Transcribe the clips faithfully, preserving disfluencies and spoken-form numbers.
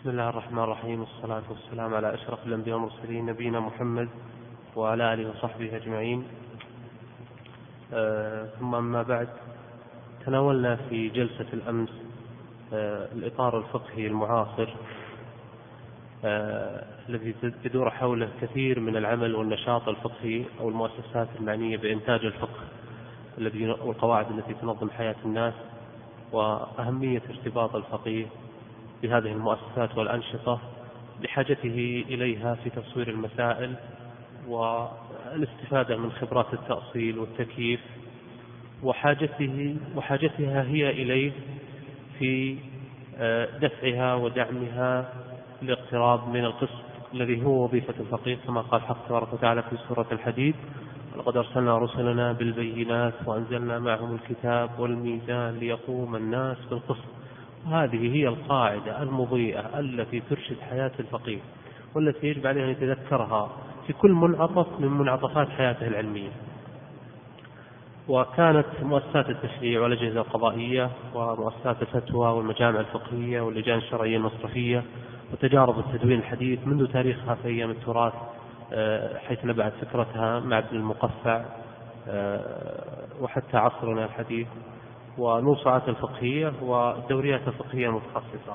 بسم الله الرحمن الرحيم، والصلاة والسلام على أشرف الأنبياء والمرسلين نبينا محمد وعلى آله وصحبه أجمعين. آه ثم أما بعد، تناولنا في جلسة الأمس آه الإطار الفقهي المعاصر آه الذي تدور حوله كثير من العمل والنشاط الفقهي أو المؤسسات المعنية بإنتاج الفقه الذي والقواعد التي تنظم حياة الناس، وأهمية ارتباط الفقيه بهذه المؤسسات والأنشطة لحاجته إليها في تصوير المسائل والاستفادة من خبرات التأصيل والتكييف، وحاجته وحاجتها هي إليه في دفعها ودعمها للاقتراب من القسط الذي هو وظيفة الفقيه، كما قال حق تبارك وتعالى في سورة الحديد: لقد أرسلنا رسلنا بالبينات وأنزلنا معهم الكتاب والميزان ليقوم الناس بالقسط. هذه هي القاعدة المضيئة التي ترشد حياة الفقيه، والتي يجب عليه أن يتذكرها في كل منعطف من منعطفات حياته العلمية. وكانت مؤسسات التشريع والأجهزة القضائية ومؤسسات الفتوى والمجامع الفقهية واللجان الشرعية المصرفية وتجارب التدوين الحديث منذ تاريخها في أيام التراث، حيث نبعت فكرتها مع ابن المقفع وحتى عصرنا الحديث، والموسوعات الفقهية والدوريات الفقهية المتخصصة.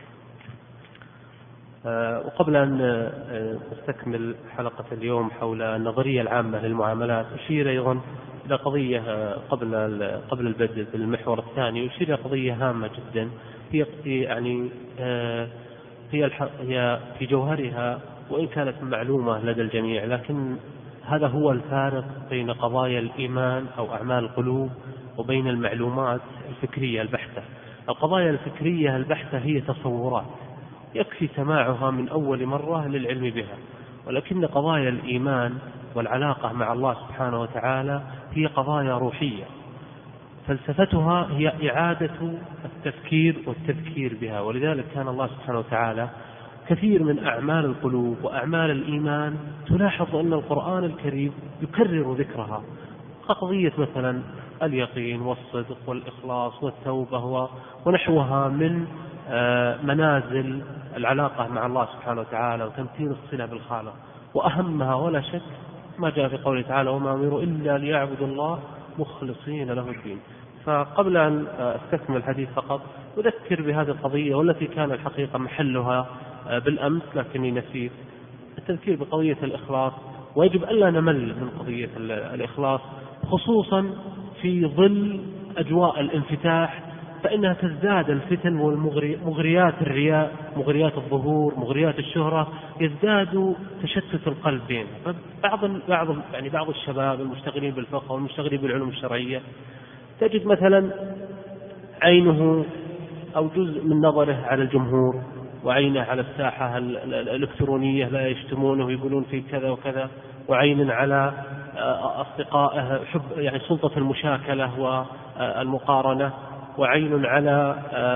وقبل أن نستكمل حلقة اليوم حول النظرية العامة للمعاملات، أشير أيضا إلى قضية قبل قبل البدء بالمحور الثاني، أشير إلى قضية هامة جدا، هي يعني هي هي في جوهرها وإن كانت معلومة لدى الجميع، لكن هذا هو الفارق بين قضايا الإيمان أو أعمال القلوب وبين المعلومات الفكرية البحتة. القضايا الفكرية البحتة هي تصورات يكفي سماعها من أول مرة للعلم بها، ولكن قضايا الإيمان والعلاقة مع الله سبحانه وتعالى هي قضايا روحية، فلسفتها هي إعادة التفكير والتذكير بها. ولذلك كان الله سبحانه وتعالى كثير من أعمال القلوب وأعمال الإيمان تلاحظ أن القرآن الكريم يكرر ذكرها، كقضية مثلا اليقين والصدق والإخلاص والتوبة ونحوها من منازل العلاقة مع الله سبحانه وتعالى وتمثيل الصلة بالخالق. وأهمها ولا شك ما جاء في قوله تعالى: وما أمروا إلا ليعبدوا الله مخلصين له الدين. فقبل أن أستكمل الحديث فقط أذكر بهذه القضية والتي كان الحقيقة محلها بالأمس، لكني نسيت التذكير بقضية الإخلاص. ويجب ألا نمل من قضية الإخلاص، خصوصا في ظل أجواء الانفتاح، فإنها تزداد الفتن والمغريات الرياء، مغريات الظهور، مغريات الشهرة، يزداد تشتت القلب بينه. فبعض بعض يعني بعض الشباب المشتغلين بالفقه والمشتغلين بالعلوم الشرعية تجد مثلا عينه أو جزء من نظره على الجمهور، وعينه على الساحة الإلكترونية لا يشتمونه ويقولون في كذا وكذا، وعين على أصدقائه حب يعني سلطة المشاكلة والمقارنة، وعين على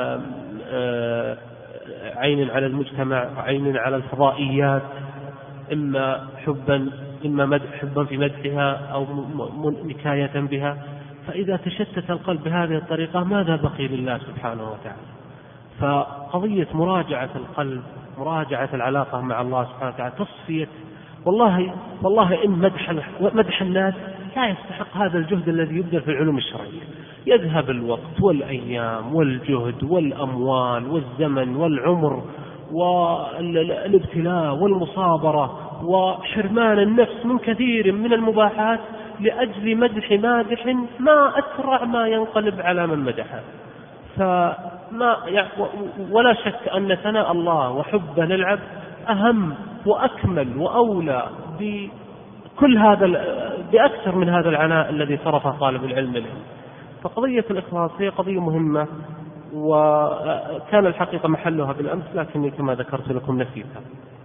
عين على المجتمع، وعين على الفضائيات، إما حبا إما مدح حبا في مدحها أو نكاية بها. فإذا تشتت القلب بهذه الطريقة ماذا بقي لله سبحانه وتعالى؟ فقضية مراجعة القلب، مراجعة العلاقة مع الله سبحانه وتعالى، تصفية. والله والله إن مدح مدح الناس لا يستحق هذا الجهد الذي يبذل في العلوم الشرعية. يذهب الوقت والأيام والجهد والأموال والزمن والعمر والابتلاء والمصابرة وحرمان النفس من كثير من المباحات لأجل مدح مادح ما أسرع ما ينقلب على من مدحه. فما ولا شك أن ثناء الله وحبه للعبد أهم وأكمل وأولى بكل هذا بأكثر من هذا العناء الذي صرفه طالب العلم له. فقضية الإخلاص هي قضية مهمة، وكان الحقيقة محلها بالأمس، لكني كما ذكرت لكم نسيتها.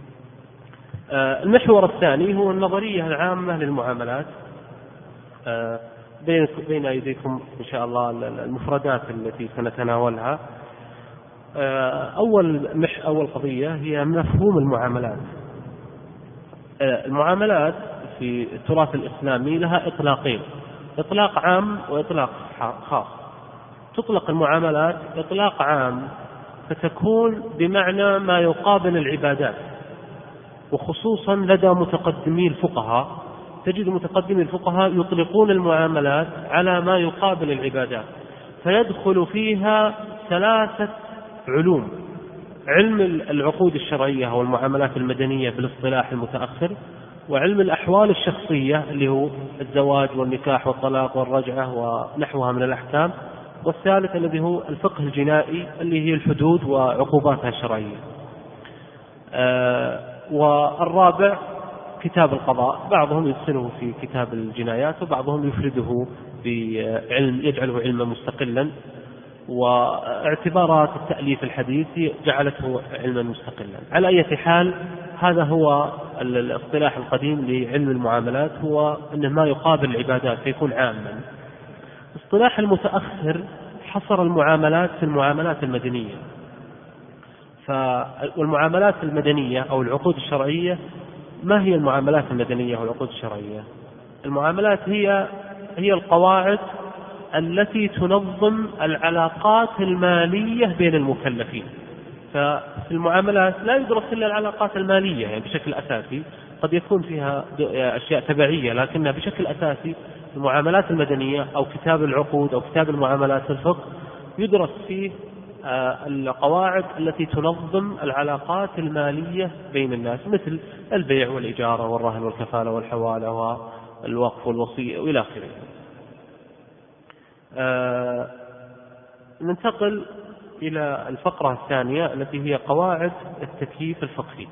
المحور الثاني هو النظرية العامة للمعاملات. بين بين أيديكم إن شاء الله المفردات التي سنتناولها. أول مح أول قضية هي مفهوم المعاملات. المعاملات في التراث الإسلامي لها إطلاقين: إطلاق عام وإطلاق خاص. تطلق المعاملات إطلاق عام فتكون بمعنى ما يقابل العبادات، وخصوصا لدى متقدمي الفقهاء تجد متقدمي الفقهاء يطلقون المعاملات على ما يقابل العبادات، فيدخل فيها ثلاثة علوم: علم العقود الشرعية أو المعاملات المدنية بالاصطلاح المتأخر، وعلم الأحوال الشخصية اللي هو الزواج والنكاح والطلاق والرجعة ونحوها من الأحكام، والثالث الذي هو الفقه الجنائي اللي هي الحدود وعقوباتها الشرعية، آه والرابع كتاب القضاء، بعضهم يدخله في كتاب الجنايات وبعضهم يفرده بعلم يجعله علما مستقلا، واعتبارات التأليف الحديثي جعلته علما مستقلا. على أي حال هذا هو الاصطلاح القديم لعلم المعاملات، هو أنه ما يقابل العبادات فيكون عاما. الاصطلاح المتأخر حصر المعاملات في المعاملات المدنية، والمعاملات المدنية أو العقود الشرعية. ما هي المعاملات المدنية والعقود الشرعية؟ المعاملات هي هي القواعد التي تنظم العلاقات المالية بين المكلفين. ففي المعاملات لا يدرس إلا العلاقات المالية يعني بشكل أساسي، قد يكون فيها أشياء تبعية، لكنها بشكل أساسي المعاملات المدنية أو كتاب العقود أو كتاب المعاملات في الفقه يدرس فيه القواعد التي تنظم العلاقات المالية بين الناس، مثل البيع والإجارة والرهن والكفالة والحوالة والوقف والوصية وإلى آخره. آه ننتقل إلى الفقرة الثانية التي هي قواعد التكييف الفقهي.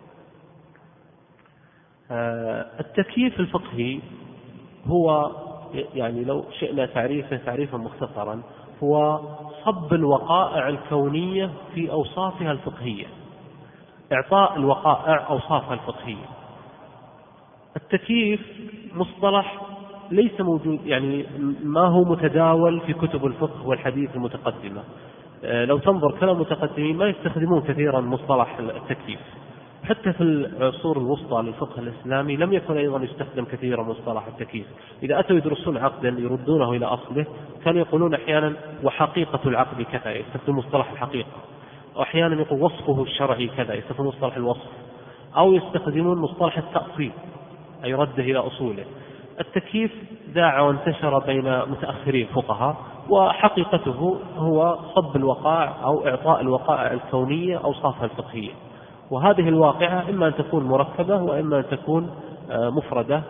آه التكييف الفقهي هو يعني لو شئنا تعريفه تعريفا مختصرا هو صب الوقائع الكونية في أوصافها الفقهية، إعطاء الوقائع أوصافها الفقهية. التكييف مصطلح ليس موجود، يعني ما هو متداول في كتب الفقه والحديث المتقدمة. لو تنظر كلام المتقدمين ما يستخدمون كثيرا مصطلح التكييف، حتى في العصور الوسطى للفقه الإسلامي لم يكن أيضا يستخدم كثيرا مصطلح التكييف. إذا أتوا يدرسون عقدا يردونه إلى أصله كانوا يقولون أحيانا وحقيقة العقد كذا، يستخدم مصطلح الحقيقة، وأحيانا يقول وصفه الشرعي كذا، يستخدم مصطلح الوصف، أو يستخدمون مصطلح التأصيل أي رده إلى أصوله. التكييف ذاع وانتشر بين متأخري الفقهاء، وحقيقته هو صب الوقائع أو إعطاء الوقائع الكونية أوصافها الفقهية، وهذه الواقعة إما أن تكون مركبة وإما أن تكون مفردة،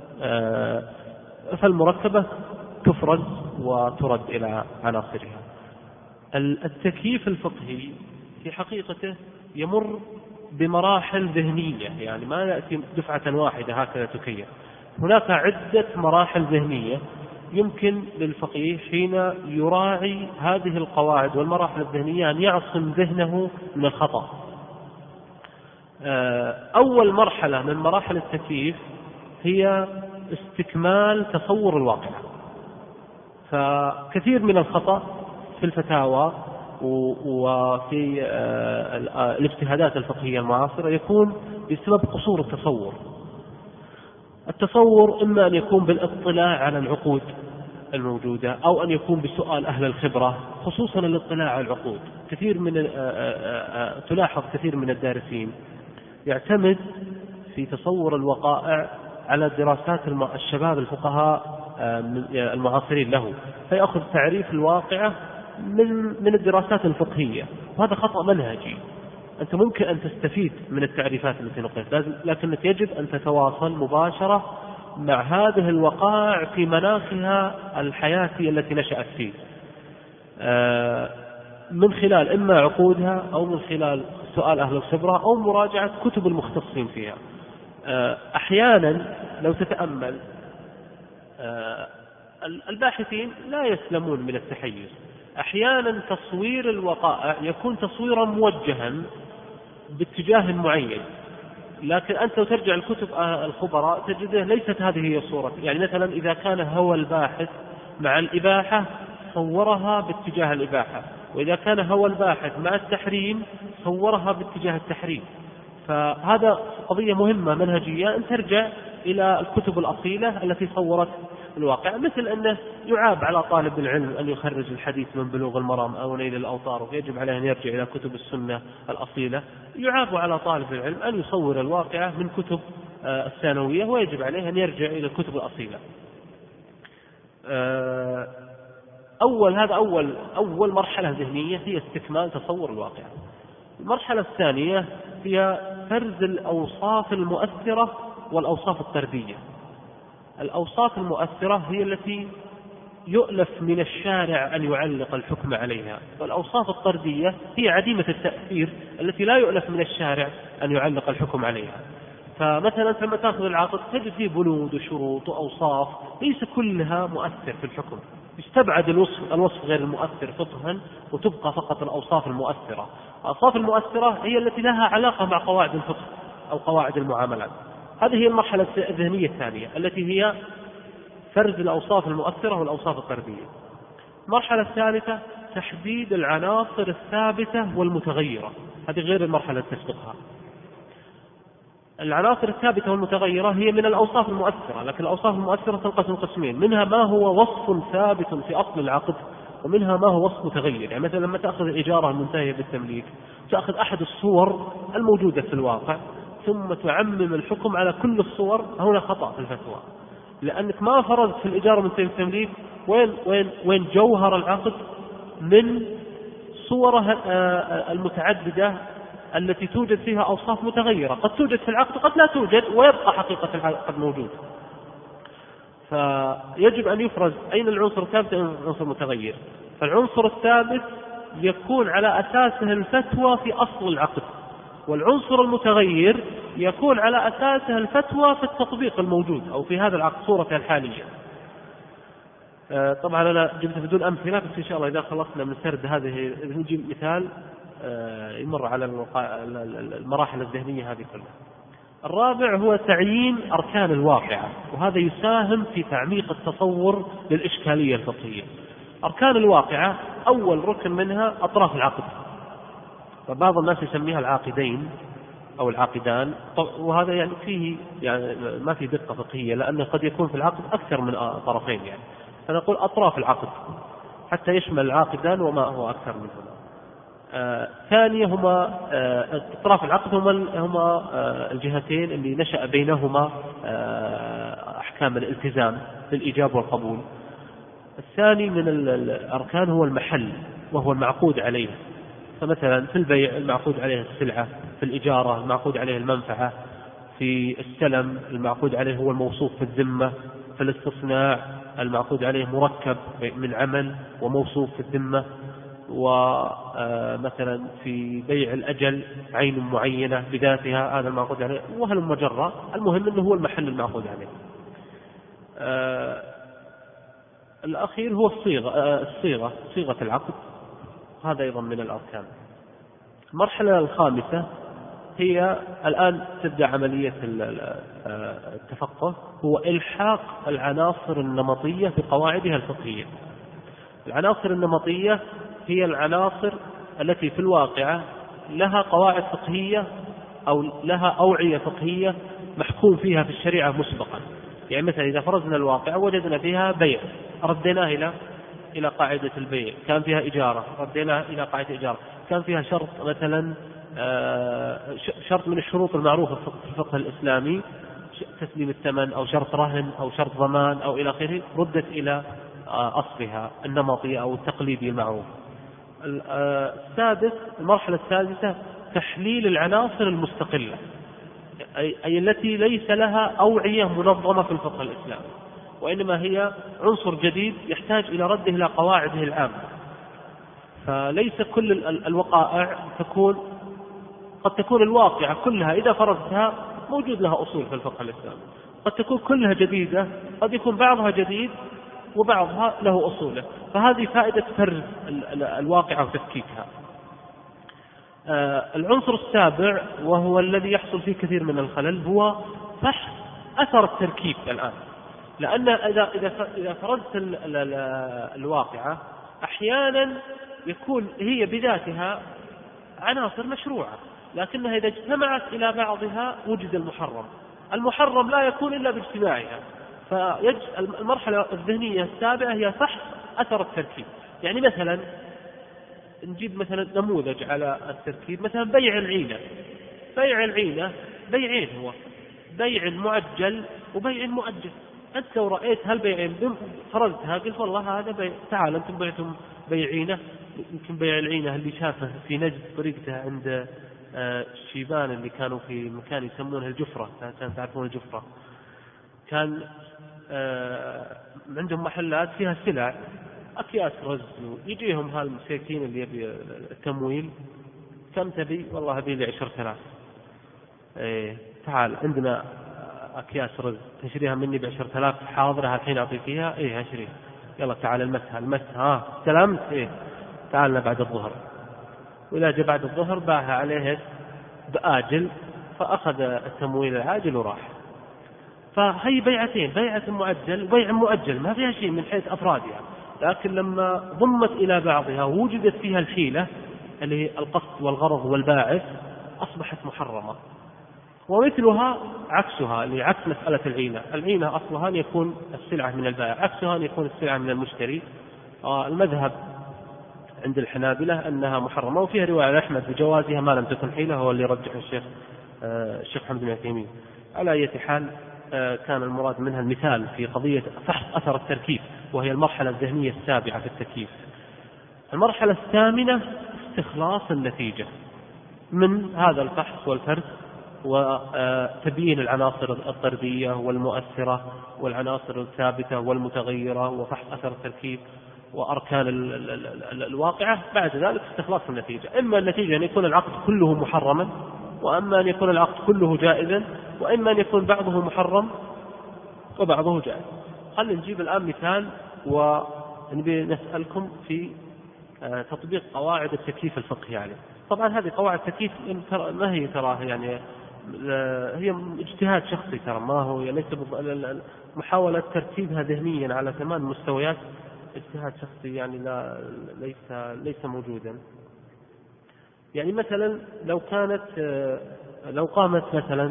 فالمركبة تفرز وترد إلى عناصرها. التكييف الفقهي في حقيقته يمر بمراحل ذهنية، يعني ما يأتي دفعة واحدة هكذا تكيف، هناك عدة مراحل ذهنية يمكن للفقيه حين يراعي هذه القواعد والمراحل الذهنية أن يعصم ذهنه من الخطأ. أول مرحلة من مراحل التكييف هي استكمال تصور الواقع، فكثير من الخطأ في الفتاوى وفي الاجتهادات الفقهية المعاصرة يكون بسبب قصور التصور. التصور إما أن يكون بالاطلاع على العقود الموجودة أو أن يكون بسؤال أهل الخبرة، خصوصا الاطلاع على العقود. كثير من تلاحظ كثير من الدارسين يعتمد في تصور الوقائع على دراسات الشباب الفقهاء المعاصرين له، فيأخذ تعريف الواقعة من من الدراسات الفقهية، وهذا خطأ منهجي. أنت ممكن أن تستفيد من التعريفات التي نقلت، لكنك يجب أن تتواصل مباشرة مع هذه الوقائع في مناخها الحياتية التي نشأت فيه، من خلال إما عقودها أو من خلال سؤال أهل الخبرة أو مراجعة كتب المختصين فيها. أحيانا لو تتأمل الباحثين لا يسلمون من التحيز، أحيانا تصوير الوقائع يكون تصويرا موجها باتجاه معين، لكن أنت لو ترجع الكتب الخبراء تجده ليست هذه هي الصورة. يعني مثلا إذا كان هو الباحث مع الإباحة صورها باتجاه الإباحة، وإذا كان هو الباحث مع التحريم صورها باتجاه التحريم. فهذا قضية مهمة منهجية أن ترجع إلى الكتب الأصيلة التي صورت الواقع، مثل أنه يعاب على طالب العلم أن يخرج الحديث من بلوغ المرام أو نيل الأوطار، ويجب عليه أن يرجع إلى كتب السنة الأصيلة. يعاب على طالب العلم أن يصور الواقع من كتب الثانوية، ويجب عليه أن يرجع إلى الكتب الأصيلة. أول هذا أول أول مرحلة ذهنية هي استكمال تصور الواقع. المرحلة الثانية هي فرز الأوصاف المؤثرة والأوصاف الطردية. الأوصاف المؤثرة هي التي يؤلف من الشارع أن يعلق الحكم عليها، والأوصاف الطردية هي عديمة التأثير التي لا يؤلف من الشارع أن يعلق الحكم عليها. فمثلا لما تأخذ العقد تجد فيه بنود وشروط وأوصاف ليس كلها مؤثر في الحكم، يستبعد الوصف, الوصف غير المؤثر فقها، وتبقى فقط الأوصاف المؤثرة. الأوصاف المؤثرة هي التي لها علاقة مع قواعد الفقه أو قواعد المعاملات. هذه هي المرحلة الذهنية الثانية التي هي فرز الأوصاف المؤثرة والأوصاف الطردية. المرحلة الثالثة تحديد العناصر الثابتة والمتغيرة، هذه غير المرحلة التي تسبقها. العناصر الثابتة والمتغيرة هي من الأوصاف المؤثرة، لكن الأوصاف المؤثرة تنقسم قسمين، منها ما هو وصف ثابت في أصل العقد، ومنها ما هو وصف متغير. يعني مثلا لما تأخذ الإجارة المنتهية بالتمليك تأخذ أحد الصور الموجودة في الواقع ثم تعمم الحكم على كل الصور، هنا خطأ في الفتوى، لأنك ما فرضت في الإجارة المنتهية بالتمليك وين وين وين جوهر العقد من صوره المتعددة التي توجد فيها أوصاف متغيرة، قد توجد في العقد قد لا توجد، ويبقى حقيقة العقد موجود. فيجب أن يفرز أين العنصر الثابت وأين العنصر المتغير. فالعنصر الثابت يكون على أساسه الفتوى في أصل العقد، والعنصر المتغير يكون على أساسه الفتوى في التطبيق الموجود أو في هذا العقد صورته الحالية. طبعا أنا جبت بدون أمثلة، بس إن شاء الله إذا خلصنا من سرد هذه نجيب مثال يمر على المراحل الذهنية هذه كلها. الرابع هو تعيين أركان الواقعة، وهذا يساهم في تعميق التصور للإشكالية الفقهية. أركان الواقعة أول ركن منها أطراف العقد، وبعض الناس يسميها العاقدين أو العاقدان، وهذا يعني فيه يعني ما في دقة فقهية، لأنه قد يكون في العقد أكثر من طرفين، يعني فنقول أطراف العقد حتى يشمل العاقدان وما هو أكثر منهما. آه ثانية هما آه اطراف العقد هما, هما آه الجهتين اللي نشأ بينهما آه أحكام الالتزام للإيجاب والقبول. الثاني من الأركان هو المحل وهو المعقود عليه، فمثلا في البيع المعقود عليه السلعة، في الإجارة المعقود عليه المنفعة، في السلم المعقود عليه هو الموصوف في الذمة، في الاستصناع المعقود عليه مركب من عمل وموصوف في الذمة، ومثلا في بيع الأجل عين معينة بذاتها هذا المعقود عليه، وهل مجرى. المهم أنه هو المحل المعقود عليه. آه الأخير هو الصيغة آه الصيغة صيغة العقد، هذا أيضا من الأركان. المرحلة الخامسة هي الآن تبدأ عملية التفقه، هو إلحاق العناصر النمطية بقواعدها الفقهية. العناصر النمطية هي العناصر التي في الواقع لها قواعد فقهية أو لها أوعية فقهية محكوم فيها في الشريعة مسبقا. يعني مثلا إذا فرضنا الواقع وجدنا فيها بيع رديناه إلى إلى قاعدة البيع، كان فيها إجارة رديناه إلى قاعدة إجارة، كان فيها شرط مثلا شرط من الشروط المعروفة في الفقه الإسلامي تسليم الثمن أو شرط رهن أو شرط ضمان أو إلى آخره، ردت إلى أصلها النمطي أو التقليدي المعروف. السادس المرحلة السادسة تحليل العناصر المستقلة، أي التي ليس لها أوعية منظمة في الفقه الإسلامي، وإنما هي عنصر جديد يحتاج إلى رده إلى قواعده العامة. فليس كل الوقائع تكون، قد تكون الواقعة كلها إذا فرضتها موجود لها أصول في الفقه الإسلامي، قد تكون كلها جديدة، قد يكون بعضها جديد وبعضها له أصوله. فهذه فائدة فرز الواقعة وتفكيكها. العنصر السابع وهو الذي يحصل فيه كثير من الخلل هو فحص أثر التركيب الآن، لأن إذا إذا إذا فرضت الواقعة أحيانا يكون هي بذاتها عناصر مشروعة، لكنها إذا اجتمعت إلى بعضها وجد المحرم. المحرم لا يكون إلا باجتماعها، فالمرحلة الذهنية السابعة هي فحص أثر التركيب. يعني مثلا نجيب مثلا نموذج على التركيب، مثلا بيع العينة. بيع العينة بيعين، هو بيع معجل وبيع مؤجل. أنت لو رأيت هالبيعين فرزتها قلت والله هذا بيع، تعال أنتم بعتم بيعينة، يمكن بيع العينة اللي شافه في نجد طريقته عند الشيبان اللي كانوا في مكان يسمونه الجفرة، كان تعرفون الجفرة، كان عندهم محلات فيها سلع، أكياس رز، يجيهم هالمساكين اللي يبي التمويل، كم تبي؟ والله أبي لي عشرة آلاف. إيه تعال عندنا أكياس رز تشريها مني بعشرة آلاف، حاضرة الحين أعطيك إياها؟ إيه هشريها. يلا تعال المسها المسها، ها استلمت؟ إيه تعالنا بعد الظهر. وإذا جاء بعد الظهر باعها عليه بآجل، فأخذ التمويل العاجل وراح. فهي بيعتين، بيعة معجل وبيع مؤجل، ما فيها شيء من حيث أفرادها، يعني. لكن لما ضمت إلى بعضها ووجدت فيها الحيلة اللي هي القصد والغرض والباعث، أصبحت محرمة. ومثلها عكسها، اللي عكس مسألة العينة. العينة أصلها أن يكون السلعة من البائع، عكسها أن يكون السلعة من المشتري. آه المذهب عند الحنابلة أنها محرمة، وفيها رواية أحمد بجوازها ما لم تكن حيلة، هو اللي رجح الشيخ آه الشيخ محمد بن عثيمين. على أي حال آه كان المراد منها المثال في قضية فحص أثر التركيب، وهي المرحلة الذهنية السابعة في التكييف. المرحلة الثامنة استخلاص النتيجة من هذا الفحص والفرز، وتبيين العناصر الطردية والمؤثرة والعناصر الثابتة والمتغيرة، وفحص أثر التركيب وأركان الواقعة. بعد ذلك استخلاص النتيجة، إما النتيجة أن يكون العقد كله محرما، وأما أن يكون العقد كله جائزا، وإما أن يكون بعضه محرم وبعضه جائز. خلينا نجيب الآن مثال ونبي نسألكم في تطبيق قواعد التكييف الفقهي عليه. طبعا هذه قواعد التكييف ما هي تراه يعني هي اجتهاد شخصي، ترى ما هو ليس محاولة ترتيبها ذهنيا على ثمان مستويات، اجتهاد شخصي يعني لا ليس ليس موجودا. يعني مثلا لو كانت لو قامت مثلا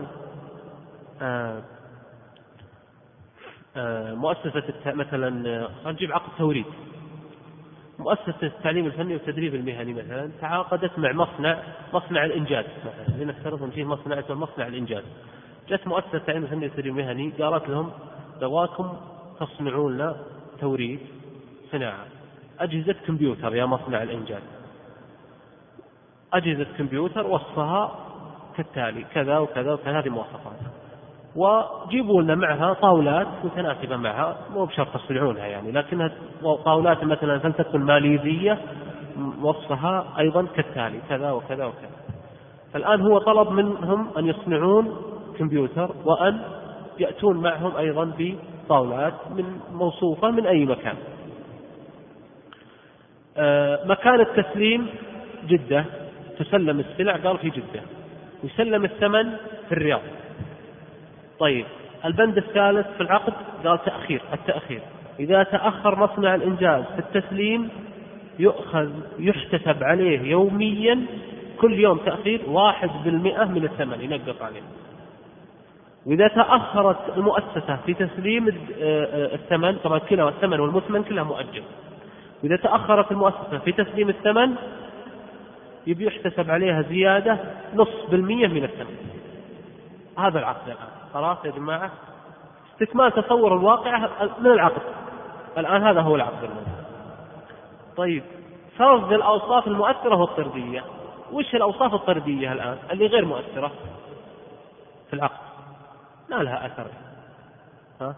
مؤسسة مثلا نجيب عقد توريد، مؤسسة التعليم الفني والتدريب المهني مثلا تعاقدت مع مصنع مصنع الإنجاز مثلا، لنفترض نجيب مصنع اسمه مصنع الإنجاز. جت مؤسسة التعليم الفني والتدريب المهني قالت لهم دواكم تصنعون لنا توريد صناعة أجهزة كمبيوتر يا مصنع الإنجاز. أجهزة كمبيوتر وصفها كالتالي كذا وكذا وكذا، هذه مواصفات، وجيبوا لنا معها طاولات متناسبة معها، مو بشرط تصنعونها يعني، لكنها طاولات مثلا فلتكن ماليزية وصفها أيضا كالتالي كذا وكذا وكذا. فالآن هو طلب منهم أن يصنعون كمبيوتر، وأن يأتون معهم أيضا بطاولات من موصوفة من أي مكان. آه مكان التسليم جدة، تسلم السلع قال في جدة، يسلم الثمن في الرياض. طيب البند الثالث في العقد قال تأخير، التأخير إذا تأخر مصنع الإنجاز في التسليم يؤخذ يحتسب عليه يوميا، كل يوم تأخير واحد بالمئة من الثمن ينقص عليه. وإذا تأخرت المؤسسة في تسليم الثمن، طبعا كلها الثمن والمثمن كلها مؤجل، وإذا تأخرت المؤسسة في تسليم الثمن يبي يحتسب عليها زيادة نصف بالمئة من الثمن. هذا العقد الآن. خلاص يا جماعة، استكمال تصور الواقع من العقد الآن، هذا هو العقد الآن. طيب فرض الأوصاف المؤثرة والطردية. وش الأوصاف الطردية الآن اللي غير مؤثرة في العقد ما لها أثر؟ ها؟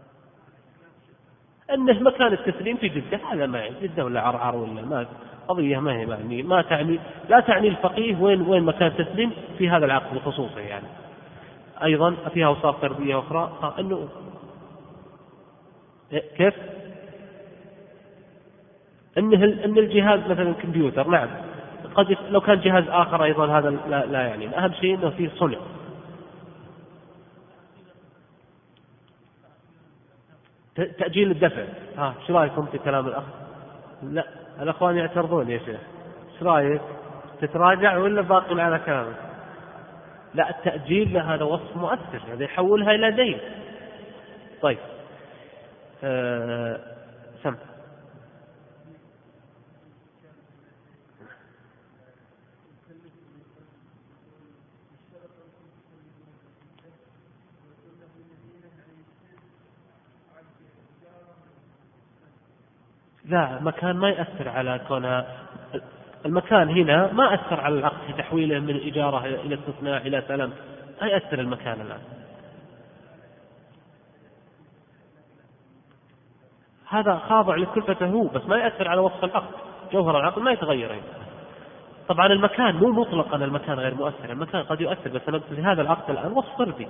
أنه مكان التسليم في جدة، هذا ما يعني جدة ولا عرعر ولا ما قضية، ما هي معني ما تعني لا تعني الفقيه وين وين مكان التسليم في هذا العقد بخصوصه. يعني أيضا فيها أوصاف طردية أخرى. أنه كيف أنه أن الجهاز مثلا كمبيوتر، نعم قد لو كان جهاز آخر أيضا هذا لا, لا يعني. أهم شيء أنه فيه صنع. تأجيل الدفع، ها شو رأيكم في كلام الأخ؟ لا الأخوان يعترضون يا شيخ، شو رأيك؟ تتراجع ولا باقي على كلامك؟ لا التأجيل له هذا وصف مؤثر، هذا يحولها إلى دين. طيب آه سم لا، مكان ما يأثر على كونها. المكان هنا ما أثر على العقد في تحويله من إجارة إلى استثناء إلى سلم، ما يأثر المكان الآن. هذا خاضع لكلفته هو، بس ما يأثر على وصف العقد. جوهر العقد ما يتغير هنا. طبعا المكان مو مطلقا المكان غير مؤثر، المكان قد يؤثر، بس أنا في هذا العقد الآن وصف طردي.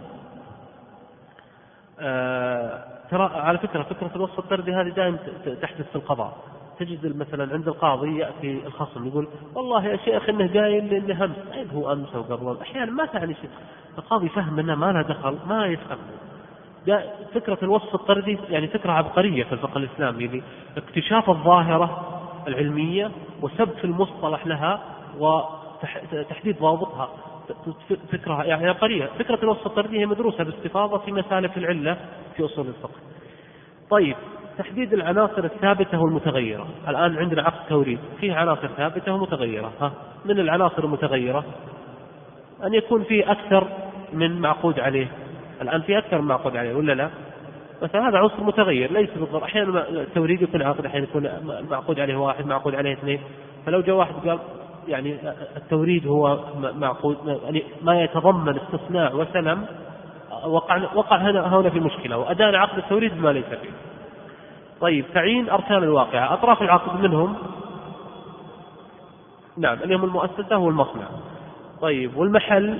آه ترى على فكرة فكرة الوصف الطردي هذه دائما تحدث في القضاء. تجد مثلا عند القاضي يأتي الخصم يقول والله يا شيخ إنه قايل إنه أمس، طيب هو أمس أو قبل، أحيانا ما تعني شيء. القاضي فهم إنه ما له دخل، ما يفهم. فكرة الوصف الطردي يعني فكرة عبقرية في الفقه الإسلامي، اكتشاف الظاهرة العلمية وسبك المصطلح لها وتحديد ضوابطها. فكرة يعني عبقرية. فكرة الوصف الطردي هي مدروسة باستفاضة في مسالك العلة في أصول الفقه. طيب، تحديد العناصر الثابتة والمتغيرة. الآن عندنا عقد توريد فيه عناصر ثابتة ومتغيرة. ها من العناصر المتغيرة أن يكون فيه أكثر من معقود عليه. الآن في أكثر من معقود عليه ولا لا؟ مثلا هذا عنصر متغير ليس بالضبط. أحيانا التوريد يكون عقد، أحيانا يكون معقود عليه واحد، معقود عليه اثنين. فلو جاء واحد قال يعني التوريد هو معقود يعني ما يتضمن استثناء وسلم، وقع وقع هنا هنا في مشكلة، وأدان عقد التوريد بما ليس فيه. طيب، تعيين أركان الواقعة. أطراف العقد منهم نعم اليوم المؤسسة والمصنع. طيب، والمحل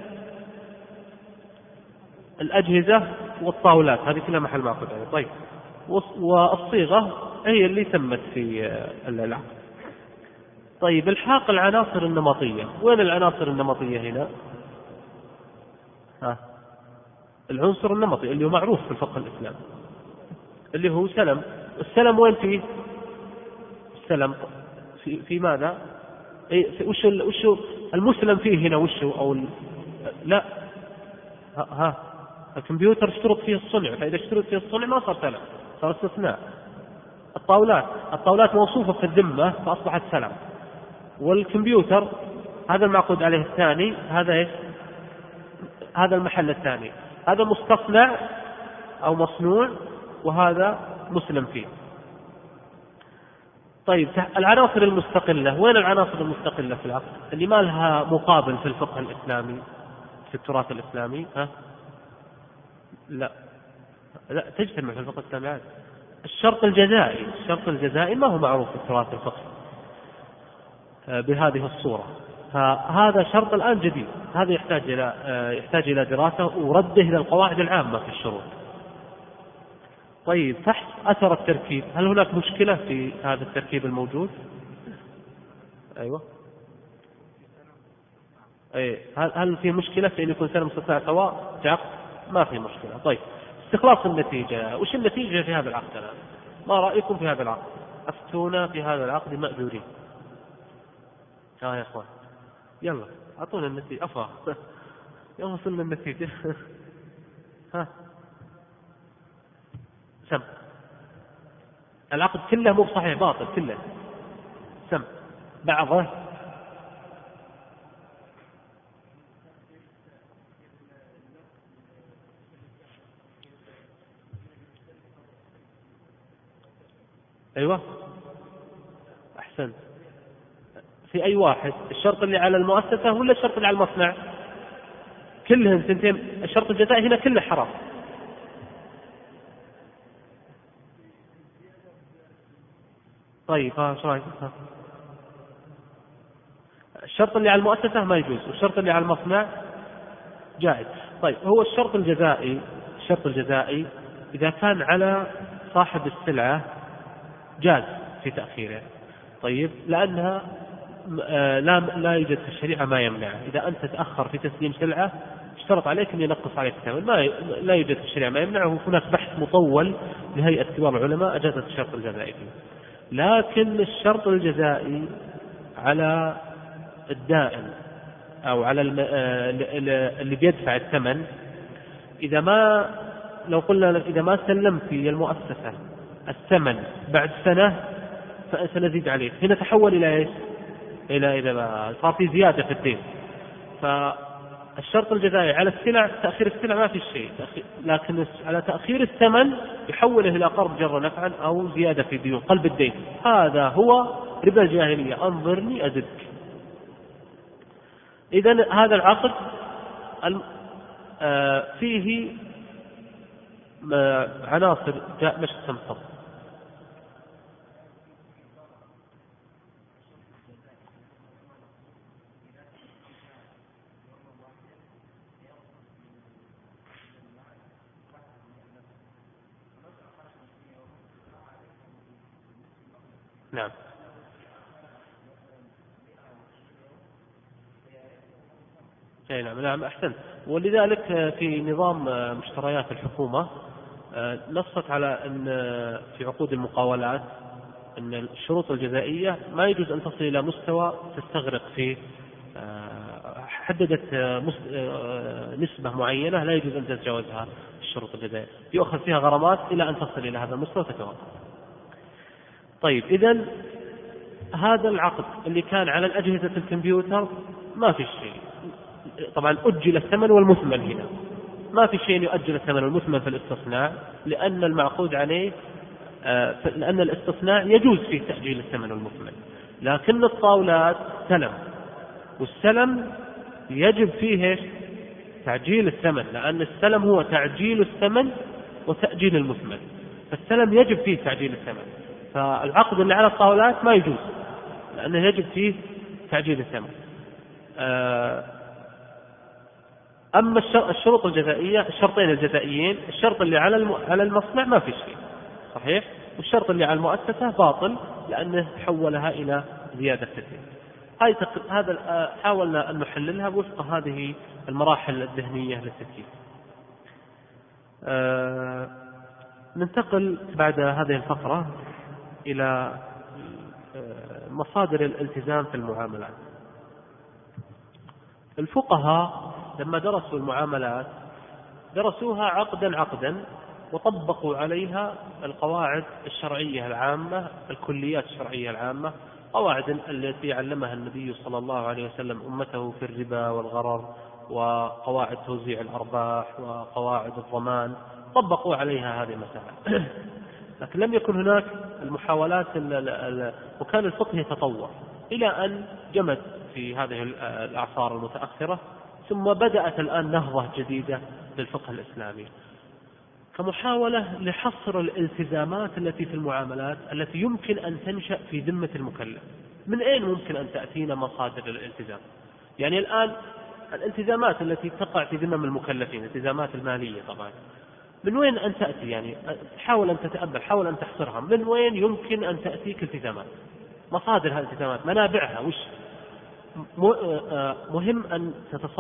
الأجهزة والطاولات، هذه كلها محل معقود عليه. طيب، والصيغة هي اللي تمت في العقد. طيب، الحاق العناصر النمطية. وين العناصر النمطية هنا؟ ها العنصر النمطي اللي هو معروف في الفقه الإسلامي اللي هو سلم. السلم وين فيه؟ السلم في, في ماذا؟ إيه وش وش المسلم فيه هنا؟ وش أو ال... لا ها, ها الكمبيوتر اشترط فيه الصنع، فإذا اشترط فيه الصنع ما صار سلم، صار استثناء. الطاولات الطاولات موصوفة في الذمة فأصبحت سلم. والكمبيوتر هذا المعقود عليه الثاني، هذا ايش؟ هذا المحل الثاني، هذا مستصنع أو مصنوع، وهذا مسلم فيه. طيب، العناصر المستقلة. وين العناصر المستقلة في العقد اللي ما لها مقابل في الفقه الإسلامي في التراث الإسلامي؟ ها لا لا تجتمع في الفقه الإسلامي. الشرط الجزائي. الشرط الجزائي ما هو معروف في التراث الفقهي بهذه الصورة، فهذا شرط الآن جديد. هذا يحتاج إلى يحتاج إلى دراسة ورده إلى القواعد العامة في الشروط. طيب، فحص أثر التركيب. هل هناك مشكلة في هذا التركيب الموجود؟ أيوة أي هل هل في مشكلة في أن يكون سلم استثناء سواء في عقد؟ ما في مشكلة. طيب، استخلاص النتيجة. وش النتيجة في هذا العقد الآن؟ ما رأيكم في هذا العقد؟ أفتونا في هذا العقد مأجورين. ها يا إخوان يلا أعطونا النتيجة. أفا يلا وصلنا النتيجة. ها سم العقد كله مو صحيح، باطل كله. سم بعضه. أيوة أحسنت. في أي واحد؟ الشرط اللي على المؤسسة ولا الشرط اللي على المصنع؟ كلهم سنتين. الشرط الجزائي هنا كله حرام. طيب، ها شو رايك؟ الشرط اللي على المؤسسة ما يجوز، والشرط اللي على المصنع جائز. طيب، هو الشرط الجزائي الشرط الجزائي إذا كان على صاحب السلعة جاز في تأخيره. طيب، لأنها لا لا يوجد في الشريعة ما يمنع. إذا أنت تأخر في تسليم سلعة اشترط عليك أن ينقص عليك الثمن، ما لا يوجد في الشريعة ما يمنعه. هناك بحث مطول لهيئة كبار العلماء أجازت الشرط الجزائي. لكن الشرط الجزائي على الدائن أو على اللي بيدفع الثمن، إذا ما لو قلنا لك إذا ما سلمت في المؤسسة الثمن بعد سنة فسنزيد عليك، هنا تحول إلى إيش؟ إلى إذا صار في زيادة في الدين. فالشرط الجزائي على السلع، تأخير السلع ما في شيء، لكن على تأخير الثمن يحوله إلى قرض جر نفعا أو زيادة في ديون، قلب الدين. هذا هو ربا الجاهلية، أنظرني أزدك. إذن هذا العقد فيه عناصر جاء مش تنصب. نعم. اي نعم نعم احسنت. ولذلك في نظام مشتريات الحكومة نصت على ان في عقود المقاولات ان الشروط الجزائية ما يجوز ان تصل الى مستوى تستغرق فيه، حددت نسبة معينة لا يجوز ان تتجاوزها الشروط الجزائية، يؤخذ فيها غرامات الى ان تصل الى هذا المستوى تتوقف. طيب إذن هذا العقد اللي كان على الأجهزة الكمبيوتر ما في شيء، طبعا أجل الثمن والمثمن، هنا ما في شيء يؤجل الثمن والمثمن في الاستثناء، لأن المعقود عليه لأن الاستثناء يجوز فيه تأجيل الثمن والمثمن. لكن الطاولات سلم، والسلم يجب فيه تعجيل الثمن، لأن السلم هو تعجيل الثمن وتأجيل المثمن، فالسلم يجب فيه تعجيل الثمن. فالعقد اللي على الطاولات ما يجوز لأنه يجب فيه تعجيل الثمن. أما الشروط الجزائية، الشرطين الجزائيين، الشرط اللي على على المصنع ما في شيء صحيح، والشرط اللي على المؤسسة باطل لأنه حولها إلى زيادة الدين. هاي هذا حاولنا أن نحللها وفق هذه المراحل الذهنية للتكييف. أه ننتقل بعد هذه الفقرة إلى مصادر الالتزام في المعاملات. الفقهاء لما درسوا المعاملات درسوها عقدا عقدا وطبقوا عليها القواعد الشرعية العامة، الكليات الشرعية العامة، قواعد التي علمها النبي صلى الله عليه وسلم أمته في الربا والغرر، وقواعد توزيع الأرباح، وقواعد الضمان، طبقوا عليها هذه المسائل. لكن لم يكن هناك المحاولات، وكان الفقه يتطور إلى أن جمد في هذه الأعصار المتأخرة، ثم بدأت الآن نهضة جديدة للفقه الإسلامي كمحاولة لحصر الالتزامات التي في المعاملات التي يمكن أن تنشأ في ذمة المكلف. من أين ممكن أن تأتينا مصادر الالتزام؟ يعني الآن الالتزامات التي تقع في ذمم المكلفين، الالتزامات المالية طبعا، من وين أن تأتي؟ يعني حاول أن تتأمل، حاول أن تحصرها، من وين يمكن أن تأتيك التزامات؟ مصادر هذه الالتزامات، منابعها وش؟ مهم أن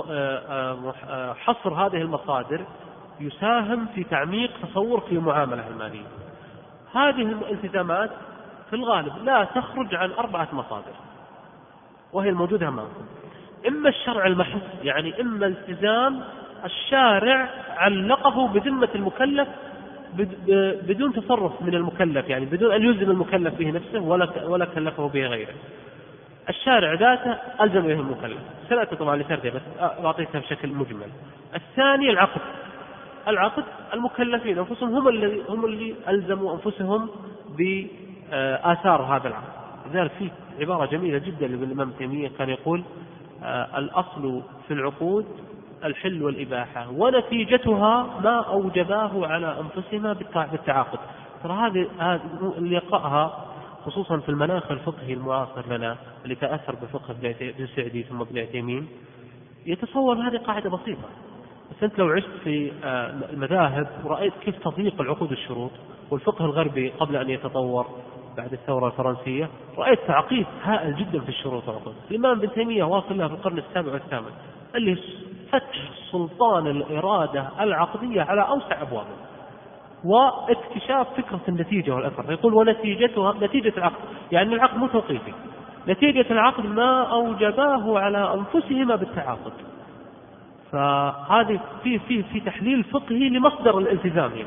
حصر هذه المصادر يساهم في تعميق تصورك للمعاملة المالية. هذه الالتزامات في الغالب لا تخرج عن أربعة مصادر وهي الموجودة أمامكم. إما الشرع المحض، يعني إما التزام الشارع علقه بذمة المكلف بدون تصرف من المكلف، يعني بدون أن يلزم المكلف به نفسه ولا ولا كلفه به غيره. الشارع ذاته ألزم به المكلف، سنأتي طبعا لترتيب بس أعطيتها بشكل مجمل. الثاني العقد، العقد المكلفين أنفسهم هم اللي هم اللي ألزموا أنفسهم بآثار هذا العقد. لذلك في عبارة جميلة جدا للإمام تيمية كان يقول: الأصل في العقود الحل والإباحة ونتيجتها ما أوجباه على أنفسهما بالتعاقد. ترى هذه اللي يقرأها خصوصا في المناخ الفقهي المعاصر لنا اللي تأثر بفقه ابن سعدي ثم ابن عثيمين يتصور هذه قاعدة بسيطة، بس أنت لو عشت في المذاهب ورأيت كيف تضيق العقود الشروط، والفقه الغربي قبل أن يتطور بعد الثورة الفرنسية رأيت تعقيد هائل جدا في الشروط والعقود. الإمام ابن تيمية واصل لها في القرن السابع والثامن اللي فتح سلطان الإرادة العقدية على أوسع أبوابه واكتشاف فكرة النتيجة والأثر. يقول: ونتيجتها، نتيجة العقد يعني العقد مو توقيفي، نتيجة العقد ما أوجباه على أنفسهما بالتعاقد. فهذه في في في تحليل فقهي لمصدر الالتزام يعني.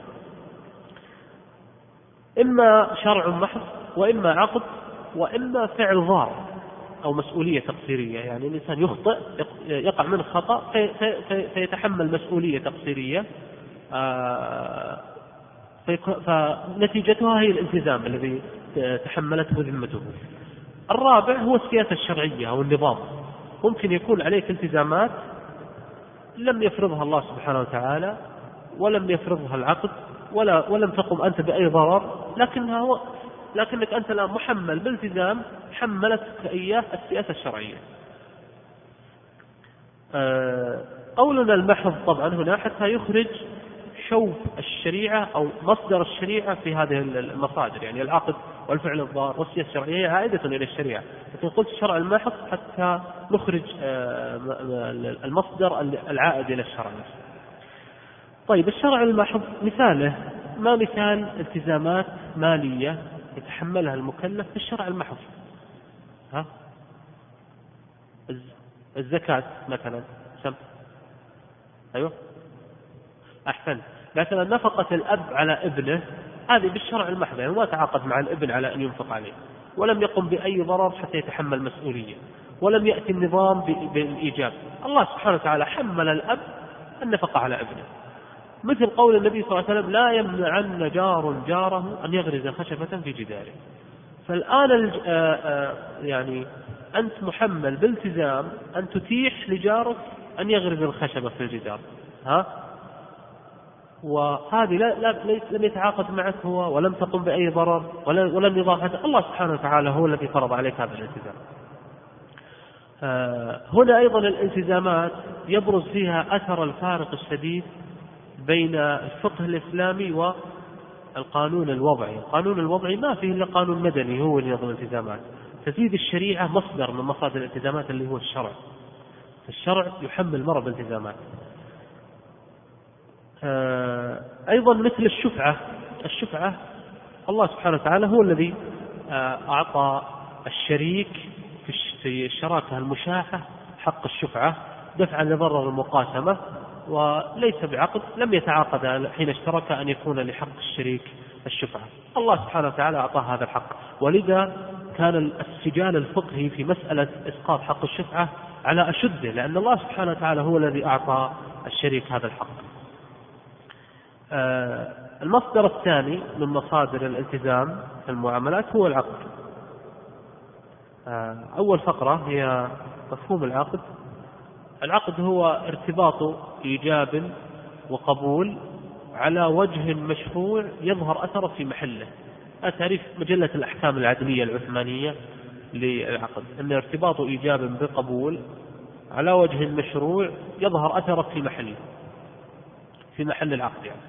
إما شرع محض، وإما عقد، وإما فعل ضار أو مسؤولية تقصيرية. يعني الإنسان يخطئ، يقع منه خطأ في في في فيتحمل مسؤولية تقصيرية، فنتيجتها هي الالتزام الذي تحملته ذمته. الرابع هو السياسة الشرعية أو النظام. ممكن يكون عليك التزامات لم يفرضها الله سبحانه وتعالى، ولم يفرضها العقد، ولا ولم تقم أنت بأي ضرر، لكنها هو لكنك أنت لا محمل بالتزام حملتك إياه السياسة الشرعية. قولنا المحض طبعا هنا حتى يخرج شوب الشريعة أو مصدر الشريعة في هذه المصادر، يعني العقد والفعل الضار والسياسة الشرعية عائدة إلى الشريعة، لكن قلت الشرع المحض حتى نخرج المصدر العائد إلى الشرع. طيب الشرع المحض مثاله ما مثال التزامات مالية يتحملها المكلف في الشرع المحض؟ ها؟ الزكاة مثلا، سم أيوه أحسن. مثلا نفقة الأب على ابنه هذه بالشرع المحض، يعني ما تعاقد مع الابن على أن ينفق عليه، ولم يقم بأي ضرر حتى يتحمل مسؤولية، ولم يأتي النظام بالإيجاب. الله سبحانه وتعالى حمل الأب النفقة على ابنه، مثل قول النبي صلى الله عليه وسلم لا يمنعن جار جاره أن يغرز خشبة في جداره. فالآن يعني أنت محمل بالتزام أن تتيح لجارك أن يغرز الخشبة في الجدار، ها؟ وهذه لا لا لم يتعاقد معك هو، ولم تقم بأي ضرر، ولم يضاف. الله سبحانه وتعالى هو الذي فرض عليك هذا الالتزام. هنا أيضا الالتزامات يبرز فيها أثر الفارق الشديد بين الفقه الإسلامي والقانون الوضعي. القانون الوضعي ما فيه إلا قانون مدني هو اللي يضمن الالتزامات، تزيد الشريعة مصدر من مصادر الالتزامات اللي هو الشرع. الشرع يحمل المرء بالالتزامات. أيضا مثل الشفعة. الشفعة الله سبحانه وتعالى هو الذي أعطى الشريك في الشراكة المشاحة حق الشفعة دفعا لضرر المقاسمة، وليس بعقد، لم يتعاقد حين اشترك أن يكون لحق الشريك الشفعة. الله سبحانه وتعالى أعطاه هذا الحق، ولذا كان السجال الفقهي في مسألة إسقاط حق الشفعة على أشده، لأن الله سبحانه وتعالى هو الذي أعطى الشريك هذا الحق. المصدر الثاني من مصادر الالتزام في المعاملات هو العقد. أول فقرة هي مفهوم العقد. العقد هو ارتباط إيجاب وقبول على وجه مشروع يظهر أثره في محله. تعريف مجلة الأحكام العدلية العثمانية للعقد أن ارتباط إيجاب بقبول على وجه مشروع يظهر أثره في محله في محل العقد. يعني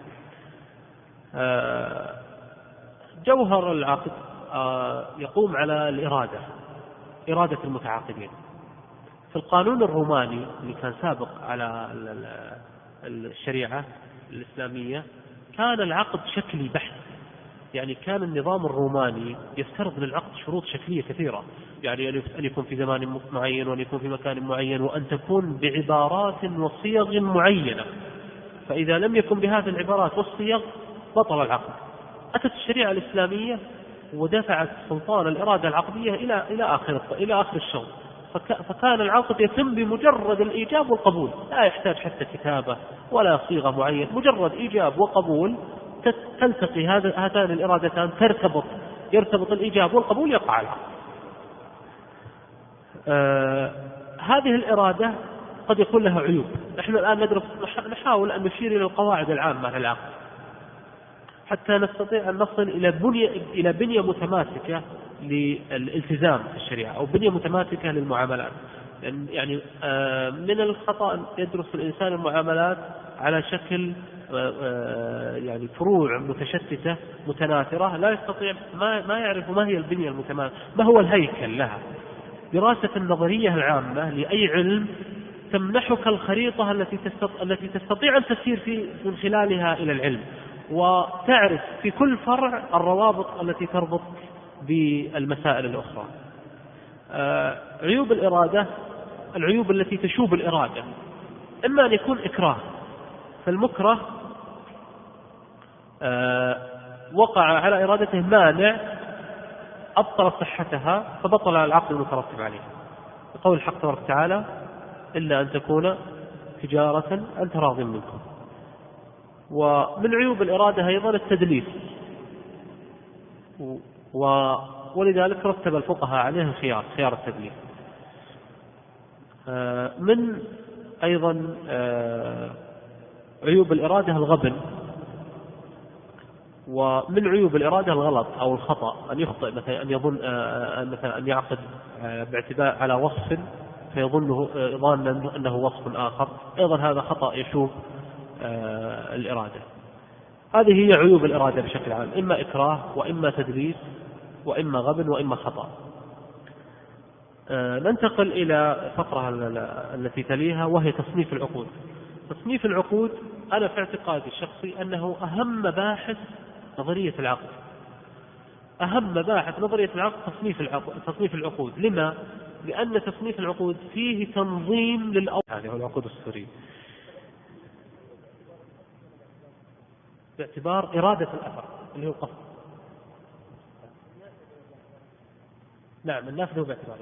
جوهر العقد يقوم على الإرادة، إرادة المتعاقدين. في القانون الروماني اللي كان سابق على الشريعة الإسلامية كان العقد شكلي بحت، يعني كان النظام الروماني يفترض للعقد شروط شكلية كثيرة، يعني أن يكون في زمان معين، وأن يكون في مكان معين، وأن تكون بعبارات وصيغ معينة. فإذا لم يكن بهذه العبارات والصيغ بطل العقد. أتت الشريعة الإسلامية ودفعت سلطان الإرادة العقدية إلى إلى آخر إلى آخر الشغل، فكان العقد يتم بمجرد الإيجاب والقبول، لا يحتاج حتى كتابة ولا صيغة معينة، مجرد إيجاب وقبول تلتقي هاتان الإرادتان، ترتبط يرتبط الإيجاب والقبول، يقع العقد. آه هذه الإرادة قد يكون لها عيوب. نحن الآن ندرس نحاول أن نشير إلى القواعد العامة للعقد حتى نستطيع أن نصل إلى بنية إلى بنية متماسكة للالتزام في الشريعة، أو بنية متماسكة للمعاملات. يعني من الخطأ أن يدرس الإنسان المعاملات على شكل يعني فروع متشتتة متناثرة، لا يستطيع ما ما يعرف ما هي البنية المتماسكة، ما هو الهيكل لها. دراسة النظرية العامة لأي علم تمنحك الخريطة التي التي تستطيع أن تسير في من خلالها إلى العلم، وتعرف في كل فرع الروابط التي تربط بالمسائل الأخرى. عيوب الإرادة، العيوب التي تشوب الإرادة. إما أن يكون إكراه، فالمكره آه وقع على إرادته مانع أبطل صحتها فبطل العقد المترتب عليه، قول الحق تبارك وتعالى إلا أن تكون تجارة عن تراض منكم. ومن عيوب الإرادة أيضا التدليس، ولذلك رتب الفقهاء عليه الخيار، خيار التدليس. من أيضا عيوب الإرادة الغبن، ومن عيوب الإرادة الغلط أو الخطأ، أن يخطئ مثلا، أن يظن مثلا أن يعقد باعتبار على وصف فيظنه ظانا أنه وصف آخر، أيضا هذا خطأ يشوب الإرادة. هذه هي عيوب الإرادة بشكل عام، إما إكراه وإما تدليس وإما غبن وإما خطأ. ننتقل إلى فقرة التي تليها وهي تصنيف العقود. تصنيف العقود أنا في اعتقادي الشخصي أنه أهم باحث نظرية العقد، أهم باحث نظرية العقد تصنيف العقود. تصنيف العقود لما؟ لأن تصنيف العقود فيه تنظيم للأوضاع، هذه هو العقود السورية، باعتبار إرادة الأثر اللي هو القصد. نعم النافذ هو باعتباره.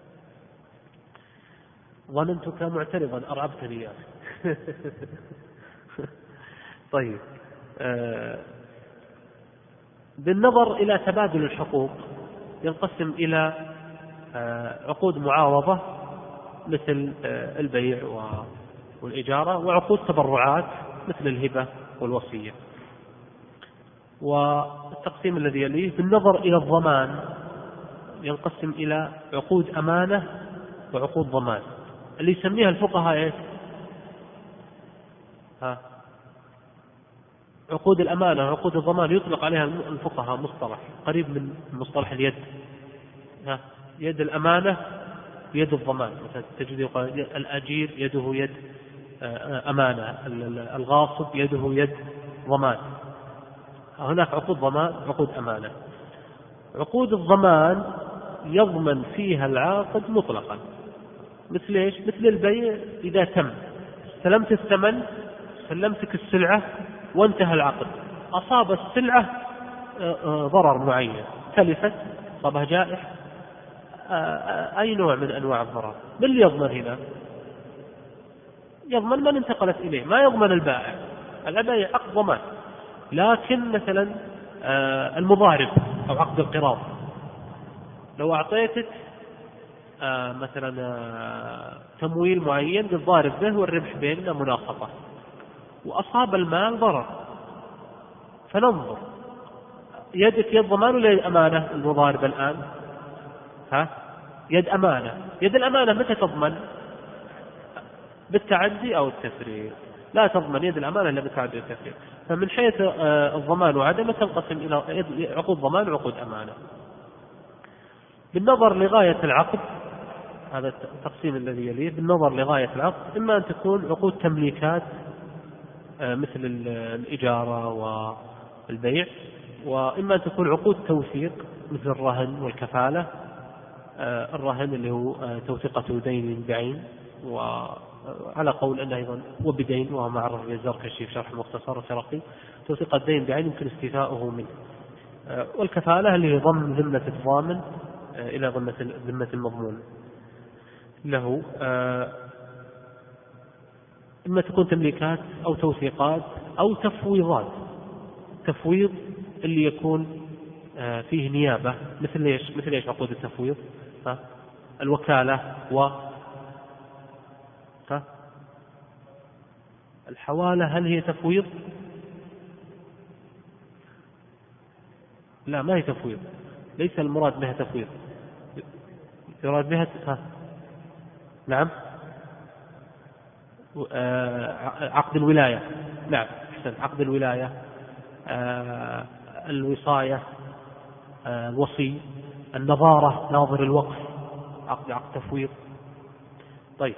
ظننتك معترضا أرعبتني يا أخي. طيب آه بالنظر إلى تبادل الحقوق ينقسم إلى آه عقود معاوضة مثل آه البيع والإجارة، وعقود تبرعات مثل الهبة والوصية. والتقسيم الذي يليه بالنظر إلى الضمان ينقسم إلى عقود أمانة وعقود ضمان، اللي يسميها الفقهاء ايش؟ ها عقود الأمانة وعقود الضمان يطلق عليها الفقهاء مصطلح قريب من مصطلح اليد، ها يد الأمانة ويد الضمان. مثلا تجد الأجير يده يد أمانة، الغاصب يده يد ضمان. هناك عقود ضمان عقود أمانة. عقود الضمان يضمن فيها العاقد مطلقا، مثل ايش؟ مثل البيع إذا تم، سلمت الثمن، سلمتك السلعة وانتهى العقد، أصاب السلعة ضرر معين، تلفت، أصابها جائحة، أي نوع من أنواع الضرر، من اللي يضمن هنا؟ يضمن من انتقلت إليه، ما يضمن البائع. البائع عقد ضمان، لكن مثلا المضارب أو عقد القراض، لو أعطيتك مثلا تمويل معين بالضارب به والربح بيننا مناقصة، وأصاب المال ضرر، فننظر يدك يد ضمان ولا يد أمانة؟ المضارب الآن ها يد أمانة. يد الأمانة متى تضمن؟ بالتعدي أو التفريط. لا تضمن يد الأمانة إلا بالتعدي والتفريط. فمن حيث الضمان وعدمه تنقسم إلى عقود ضمان وعقود أمانة. بالنظر لغاية العقد، هذا التقسيم الذي يليه، بالنظر لغاية العقد إما أن تكون عقود تمليكات مثل الإجارة والبيع، وإما أن تكون عقود توثيق مثل الرهن والكفالة. الرهن اللي هو توثيقة دين بعين، وعلى قول أنه أيضا وبدين، وهو معرف بالزركشي في شرح المختصر الشرقي، توثيق الدين بعين يمكن استيفاؤه منه. والكفالة اللي هي ضم ذمة الضامن إلى ذمة ذمة المضمون له. إما تكون تمليكات أو توثيقات أو تفويضات. تفويض اللي يكون فيه نيابة، مثل ايش؟ مثل ايش عقود التفويض؟ ها؟ الوكالة و ها؟ الحوالة، هل هي تفويض؟ لا، ما هي تفويض، ليس المراد بها تفويض، يراد بها ها؟ نعم عقد الولاية. نعم أحسن، عقد الولاية، الوصاية، الوصي، النظارة، ناظر الوقف، عقد عقد تفويض. طيب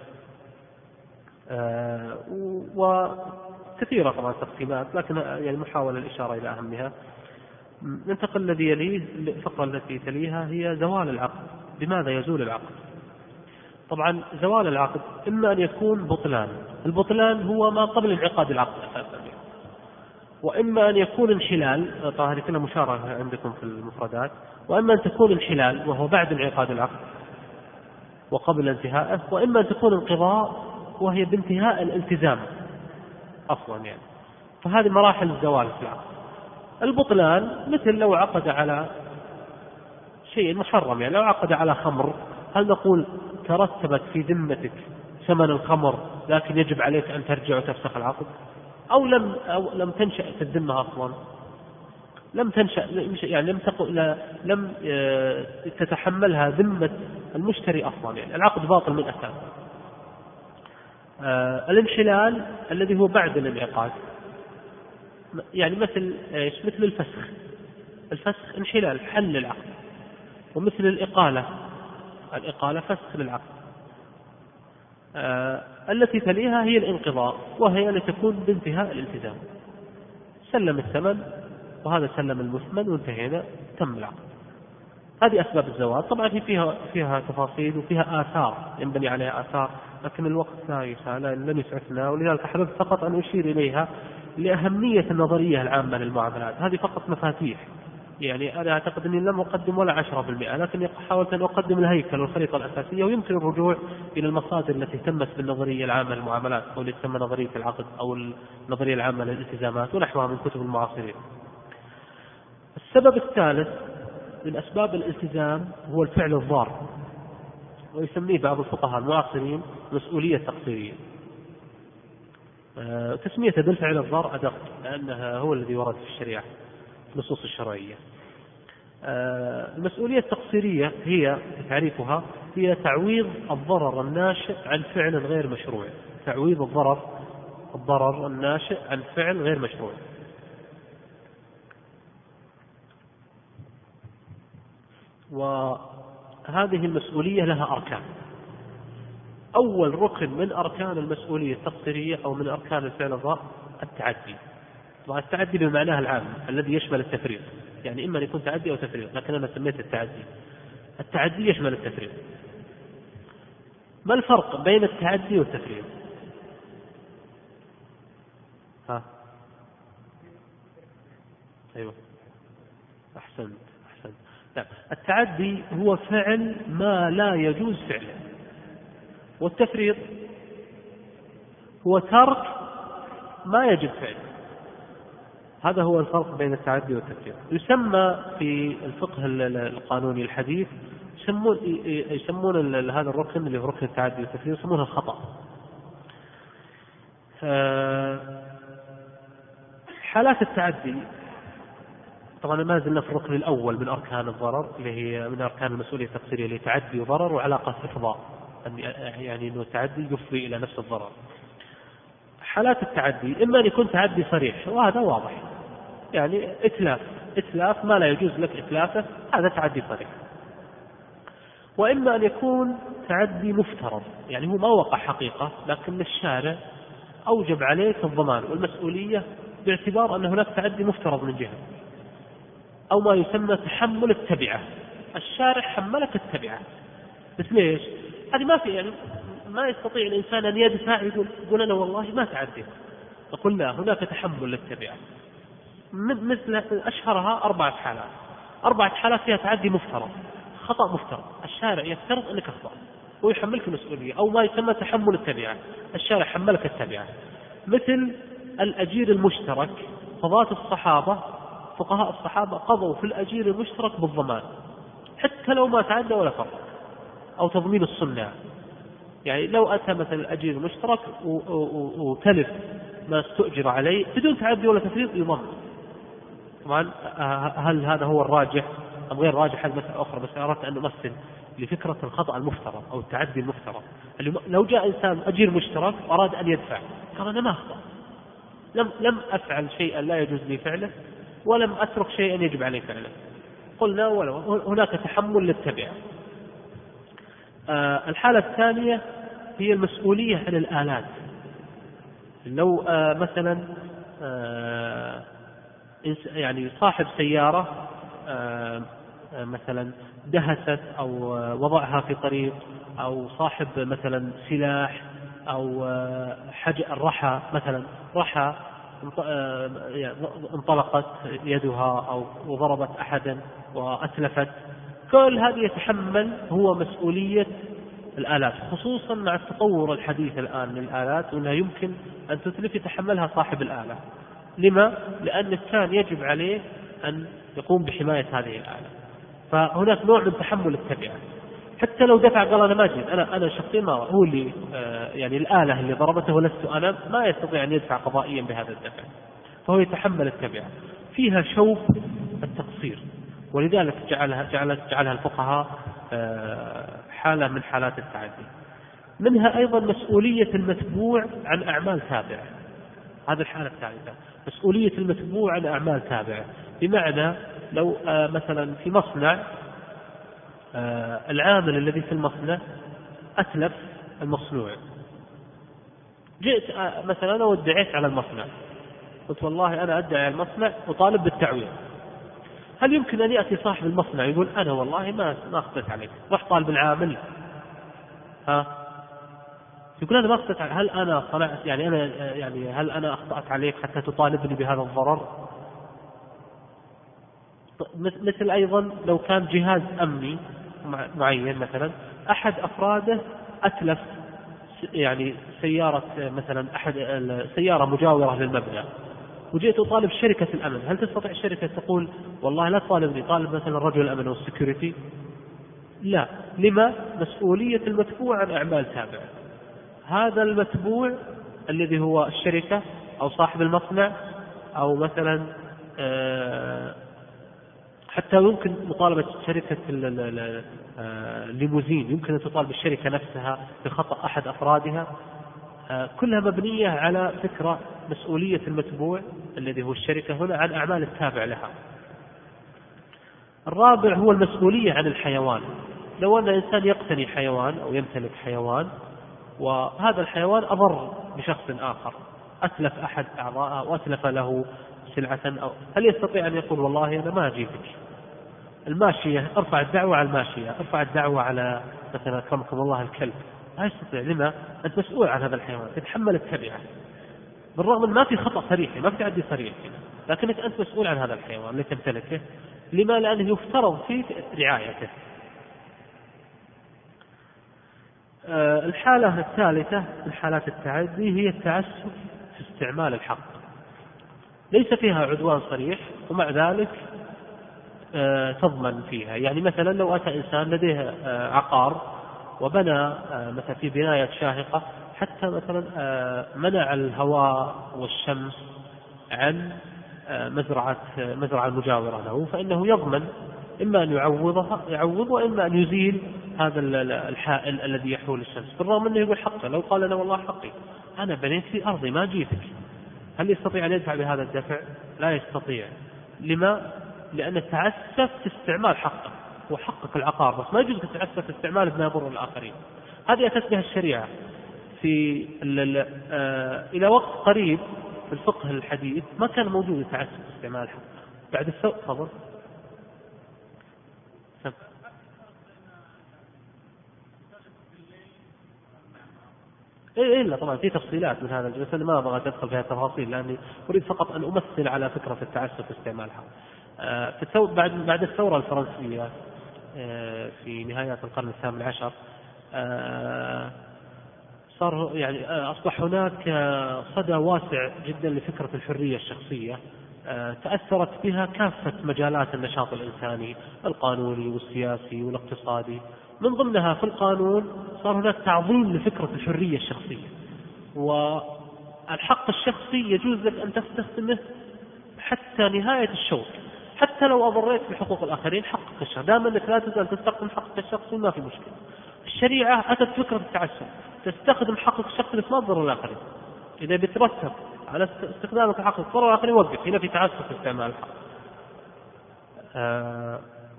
وكثيرة طبعا تقسيمات، لكن يعني محاولة الإشارة إلى أهمها. ننتقل الذي يليه، الفقرة التي تليها هي زوال العقد. بماذا يزول العقد؟ طبعا زوال العقد إما أن يكون بطلان، البطلان هو ما قبل انعقاد العقد أساسا، وإما أن يكون انحلال، طبعا هذه كلها مشاركة عندكم في المفردات، وإما أن تكون انحلال وهو بعد انعقاد العقد وقبل انتهائه، وإما أن تكون انقضاء وهي بانتهاء الالتزام أصلا يعني. فهذه مراحل الزوال في العقد. البطلان مثل لو عقد على شيء محرم، يعني لو عقد على خمر، هل نقول ترتبت في ذمتك ثمن الخمر لكن يجب عليك أن ترجع وتفسخ العقد، أو لم أو لم تنشأ في الذمة أصلا، لم تنشأ يعني لم تقل لم تتحملها ذمة المشتري أصلا، يعني العقد باطل من أساس. آه الانحلال الذي هو بعد الانعقاد، يعني مثل ايش؟ مثل الفسخ، الفسخ انحلال حل العقد، ومثل الإقالة، الإقالة فسخ للعقد. آه التي تليها هي الانقضاء، وهي لتكون بانتهاء الالتزام، سلم الثمن وهذا سلم المثمن وانتهينا، تم العقد. هذه أسباب الزواج. طبعا فيها فيها تفاصيل وفيها آثار ينبني عليها آثار، لكن الوقت لا يسعنا لن يسعفنا، ولذلك أحببت فقط أن أشير إليها لأهمية النظرية العامة للمعاملات. هذه فقط مفاتيح، يعني أنا أعتقد أني لم أقدم ولا عشرة بالمئة، لكن حاولت أن أقدم الهيكل والخريطة الأساسية، ويمكن الرجوع إلى المصادر التي اهتمت بالنظرية العامة للمعاملات، أو اللي تسمى نظرية العقد أو النظرية العامة للالتزامات ونحوها من كتب المعاصرين. السبب الثالث من أسباب الالتزام هو الفعل الضار، ويسميه بعض الفقهاء المعاصرين مسؤولية تقصيرية. أه تسميته بالفعل الضار أدق، لأنها هو الذي ورد في الشريعة النصوص الشرعية. أه المسؤولية التقصيرية هي تعريفها هي تعويض الضرر الناشئ عن فعل غير مشروع، تعويض الضرر الضرر الناشئ عن فعل غير مشروع. وهذه المسؤولية لها أركان. أول ركن من أركان المسؤولية التقصيرية أو من أركان الفعل الضار التعدي. والتعدي بمعناها العام الذي يشمل التفريط، يعني إما أن يكون تعدي أو تفريط، لكن أنا سميت التعدي. التعدي يشمل التفريط. ما الفرق بين التعدي والتفريط؟ ها؟ أيوة، أحسنت أحسنت. لا، التعدي هو فعل ما لا يجوز فعله، والتفريط هو ترك ما يجب فعله. هذا هو الفرق بين التعدي والتفريط. يسمى في الفقه القانوني الحديث يسمون يسمون هذا الركن اللي هو ركن التعدي والتفريط يسمونه الخطأ. حالات التعدي طبعا ما زلنا في الركن الأول من أركان الضرر، اللي هي من أركان المسؤولية التقصيرية، اللي تعدي وضرر وعلاقة إفضاء، يعني أنه التعدي يفضي إلى نفس الضرر. حالات التعدي إما أن يكون تعدي صريح، وهذا واضح، يعني إتلاف إتلاف ما لا يجوز لك إتلافه، هذا تعدي صريح. وإما أن يكون تعدي مفترض، يعني هو ما وقع حقيقة لكن الشارع أوجب عليك الضمان والمسؤولية باعتبار أن هناك تعدي مفترض من جهة، أو ما يسمى تحمل التبعة، الشارع حملك التبعة. بس ليش؟ هذه ما في، يعني ما يستطيع الإنسان أن يدفع يقول, يقول أنا والله ما تعديت. نقول لا، هناك تحمل للتبعة. مثل أشهرها أربعة حالات، أربعة حالات فيها تعدي مفترض، خطأ مفترض، الشارع يفترض أنك أخطأ ويحملك المسؤولية، أو ما يسمى تحمل التبعة، الشارع حملك التبعة. مثل الأجير المشترك، قضاة الصحابة فقهاء الصحابة قضوا في الأجير المشترك بالضمان حتى لو ما تعدى ولا فرق، أو تضمين الصناع. يعني لو أتى مثلا الأجير المشترك وتلف ما استؤجر عليه بدون تعدي ولا تفريط يضمن. طبعا هل هذا هو الراجح أم غير راجح؟ هذه مسألة أخرى، بس أردت أن أمثل لفكرة الخطأ المفترض أو التعدي المفترض. لو جاء إنسان أجير مشترك أراد أن يدفع، قال أنا ما أخطأ، لم لم أفعل شيئا لا يجوز لي فعله، ولم أترك شيئا يجب عليه فعله. قلنا ولو هناك تحمل للتبعة. آه الحالة الثانية هي المسؤولية عن الآلات. لو آه مثلا آه يعني صاحب سيارة آه مثلا دهست أو وضعها في طريق أو صاحب مثلا سلاح، أو حاجة الرحى مثلا، رحى انطلقت يدها أو وضربت أحدا وأتلفت، كل هذه يتحمل هو مسؤولية الآلات، خصوصا مع التطور الحديث الآن للآلات وأنها يمكن أن تتلف يتحملها صاحب الآلة. لما؟ لأن كان يجب عليه أن يقوم بحماية هذه الآلة. فهناك نوع من تحمل التبعة، حتى لو دفع قال أنا ما جيت، أنا أنا شخصيا ما هو اللي آه يعني الآلة اللي ضربته لست أنا، ما يستطيع أن يدفع قضائيا بهذا الدفع، فهو يتحمل التبعة. فيها شوب التقصير، ولذلك جعلها جعلت جعلها الفقهاء آه حالة من حالات التعدي. منها أيضا مسؤولية المتبوع عن أعمال تابعة، هذه الحالة الثالثة، مسؤولية المتبوع عن أعمال تابعة. بمعنى لو آه مثلا في مصنع آه العامل الذي في المصنع أتلف المصنوع، جئت آه مثلا أنا وادعيت على المصنع، قلت والله أنا أدعي على المصنع وطالب بالتعويض، هل يمكن أن يأتي صاحب المصنع يقول أنا والله ما ما أخطأت عليك، راح طالب العامل ها يقول أنا ما أخطأت عليك، هل أنا صنعت يعني أنا يعني هل أنا أخطأت عليك حتى تطالبني بهذا الضرر؟ مثل أيضا لو كان جهاز أمني معين مثلا أحد أفراده أتلف يعني سيارة مثلا أحد سيارة مجاورة للمبنى، وجئت أطالب شركة الأمن، هل تستطيع الشركة تقول والله لا تطالبني، طالب مثلا رجل الأمن والسكيورتي؟ لا. لما؟ مسؤولية المتبوع عن أعمال تابعة. هذا المتبوع الذي هو الشركة أو صاحب المصنع أو مثلا حتى يمكن مطالبة شركة الليموزين، يمكن أن تطالب الشركة نفسها بخطأ أحد أفرادها، كلها مبنية على فكرة مسؤولية المتبوع الذي هو الشركة هنا عن أعمال التابع لها. الرابع هو المسؤولية عن الحيوان. لو أن إنسان يقتني حيوان أو يمتلك حيوان وهذا الحيوان أضر بشخص آخر، أتلف أحد أعضاءه وأتلف له سلعة، أو هل يستطيع أن يقول والله أنا ما أجيبك؟ الماشية ارفع الدعوة على الماشية، ارفع الدعوة على مثلا كرمكم الله الكلب، لا يستطيع. لما؟ أنت مسؤول عن هذا الحيوان، تتحمل التبعة، بالرغم أن ما في خطأ صريح، ما في تعدي صريح، لكنك أنت مسؤول عن هذا الحيوان اللي تمتلكه. لما؟ لأنه يفترض فيك رعايته. أه الحالة الثالثة من حالات التعدي هي التعسف في استعمال الحق، ليس فيها عدوان صريح ومع ذلك أه تضمن فيها. يعني مثلا لو أتى إنسان لديه أه عقار وبنى أه مثلا في بناية شاهقة حتى مثلا أه منع الهواء والشمس عن أه مزرعة أه مزرعة المجاورة له، فإنه يضمن إما أن يعوضها يعوض وإما أن يزيل هذا الحائل الذي يحول الشمس، بالرغم أنه يقول حقه. لو قال أنا والله حقي أنا بنيت في أرضي ما جيتك، هل يستطيع أن يدفع بهذا الدفع؟ لا يستطيع. لما؟ لأن التعسف في استعمال حقه، وحقق العقار بس ما يجوز التعسف في استعمال ما يضر الآخرين. هذه أتت بها الشريعة في آه إلى وقت قريب في الفقه الحديث ما كان موجود التعسف في استعمال الحق. بعد السوء خبر إيه إيه لا طبعا في تفصيلات من هذا الجزء، أنا ما أبغى أدخل فيها تفاصيل لأني أريد فقط أن أمثل على فكرة التعسف في استعمالها. آه في الثو... بعد بعد الثورة الفرنسية آه في نهاية القرن الثامن عشر آه صار يعني آه أصبح هناك آه صدى واسع جدا لفكرة الحرية الشخصية، آه تأثرت بها كافة مجالات النشاط الإنساني القانوني والسياسي والاقتصادي. من ضمنها في القانون صار هناك تعظيم لفكرة الحرية الشخصية، والحق الشخصي يجوز لك أن تستخدمه حتى نهاية الشوط، حتى لو أضريت بحقوق الآخرين حقك الشخصي، دائما أنك لا تزال تستخدم حقك الشخصي ما في مشكلة. الشريعة أتت فكرة التعسف، تستخدم حقك الشخصي بس ما تضر الآخرين، إذا بترتب على استخدامك حقك تضر الآخرين وقف، هنا في تعسف في استعمال الحق. آه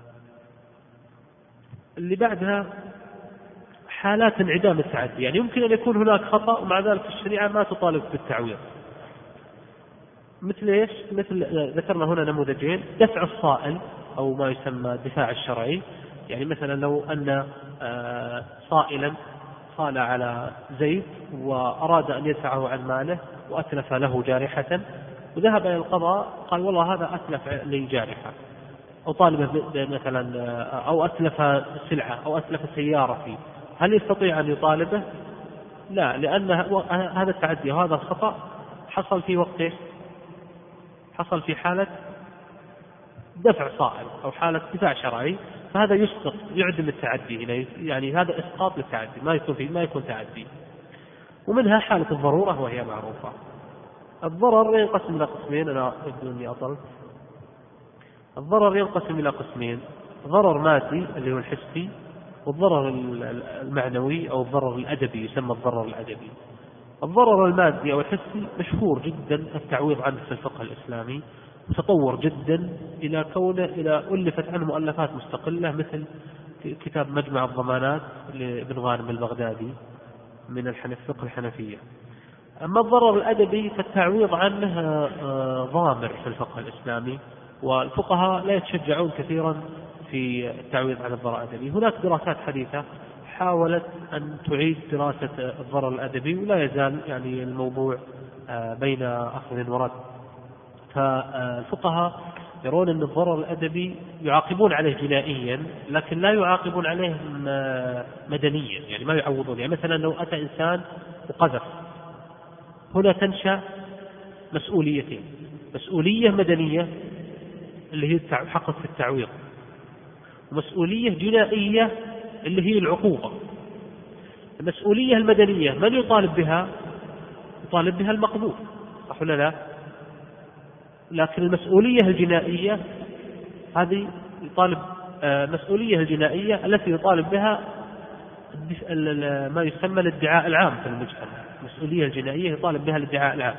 اللي بعدها حالات انعدام التعدي، يعني يمكن أن يكون هناك خطأ ومع ذلك الشريعة ما تطالب بالتعويض. مثل إيش؟ مثل ذكرنا هنا نموذجين: دفع الصائل أو ما يسمى الدفاع الشرعي. يعني مثلا لو أن صائلا صال على زيد وأراد أن يدفعه عن ماله وأتلف له جارحة، وذهب إلى القضاء قال والله هذا أتلف لي جارحة، أو طالبه مثلا، أو أتلف سلعة أو أتلف سيارة فيه، هل يستطيع أن يطالبه؟ لا، لأن هذا التعدي وهذا الخطأ حصل في وقته، حصل في حالة دفع صائل أو حالة دفاع شرعي، فهذا يسقط يعدم التعدي هنا، يعني هذا إسقاط للتعدي، ما يكون فيه ما يكون تعدي. ومنها حالة الضرورة وهي معروفة. الضرر ينقسم إلى قسمين، أنا أبدو أني أطلت. الضرر ينقسم إلى قسمين: ضرر مادي اللي هو الحسي، والضرر المعنوي أو الضرر الأدبي يسمى الضرر الأدبي. الضرر المادي أو الحسي مشهور جدا التعويض عنه في الفقه الإسلامي، تطور جدا إلى كونه إلى ألفت عنه مؤلفات مستقلة، مثل كتاب مجمع الضمانات لابن غانم البغدادي من الفقه الحنفية. أما الضرر الأدبي فالتعويض عنه ضامر في الفقه الإسلامي، والفقهاء لا يتشجعون كثيرا في التعويض عن الضرر الأدبي. هناك دراسات حديثة حاولت أن تعيد دراسة الضرر الأدبي، ولا يزال يعني الموضوع بين أخذ ورد. فالفقهاء يرون أن الضرر الأدبي يعاقبون عليه جنائيا، لكن لا يعاقبون عليه مدنيا، يعني ما يعوضون. يعني مثلا لو أتى إنسان وقذف، هنا تنشأ مسؤوليتين: مسؤولية مدنية اللي هي حقق في التعويض، ومسؤولية جنائية اللي هي العقوبة. المسؤولية المدنية من يطالب بها؟ يطالب بها المقبول، صح ولا لا؟ لكن المسؤولية الجنائية هذه يطالب مسؤولية الجنائية التي يطالب بها ما يسمى الادعاء العام في المجتمع. المسؤولية الجنائية يطالب بها الادعاء العام.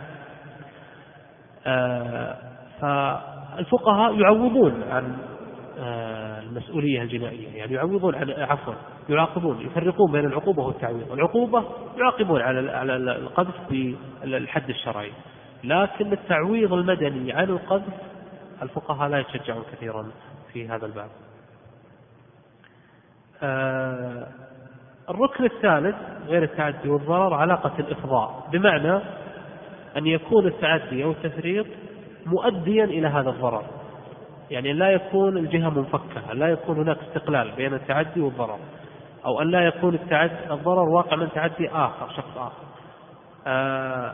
فالفقهاء يعوضون عن المسؤولية الجنائية، يعني يعوضون عن عفوا يعاقبون، يفرقون بين العقوبة والتعويض. العقوبة يعاقبون على على القذف بالحد الشرعي، لكن التعويض المدني عن القذف الفقهاء لا يتشجعون كثيرا في هذا الباب. آه الركن الثالث غير التعدي والضرر علاقة الإفضاء، بمعنى أن يكون التعدي أو التفريط مؤديا إلى هذا الضرر، يعني لا يكون الجهة منفكة، لا يكون هناك استقلال بين التعدي والضرر، أو أن لا يكون التعدي الضرر واقع من تعدي آخر شخص آخر. آه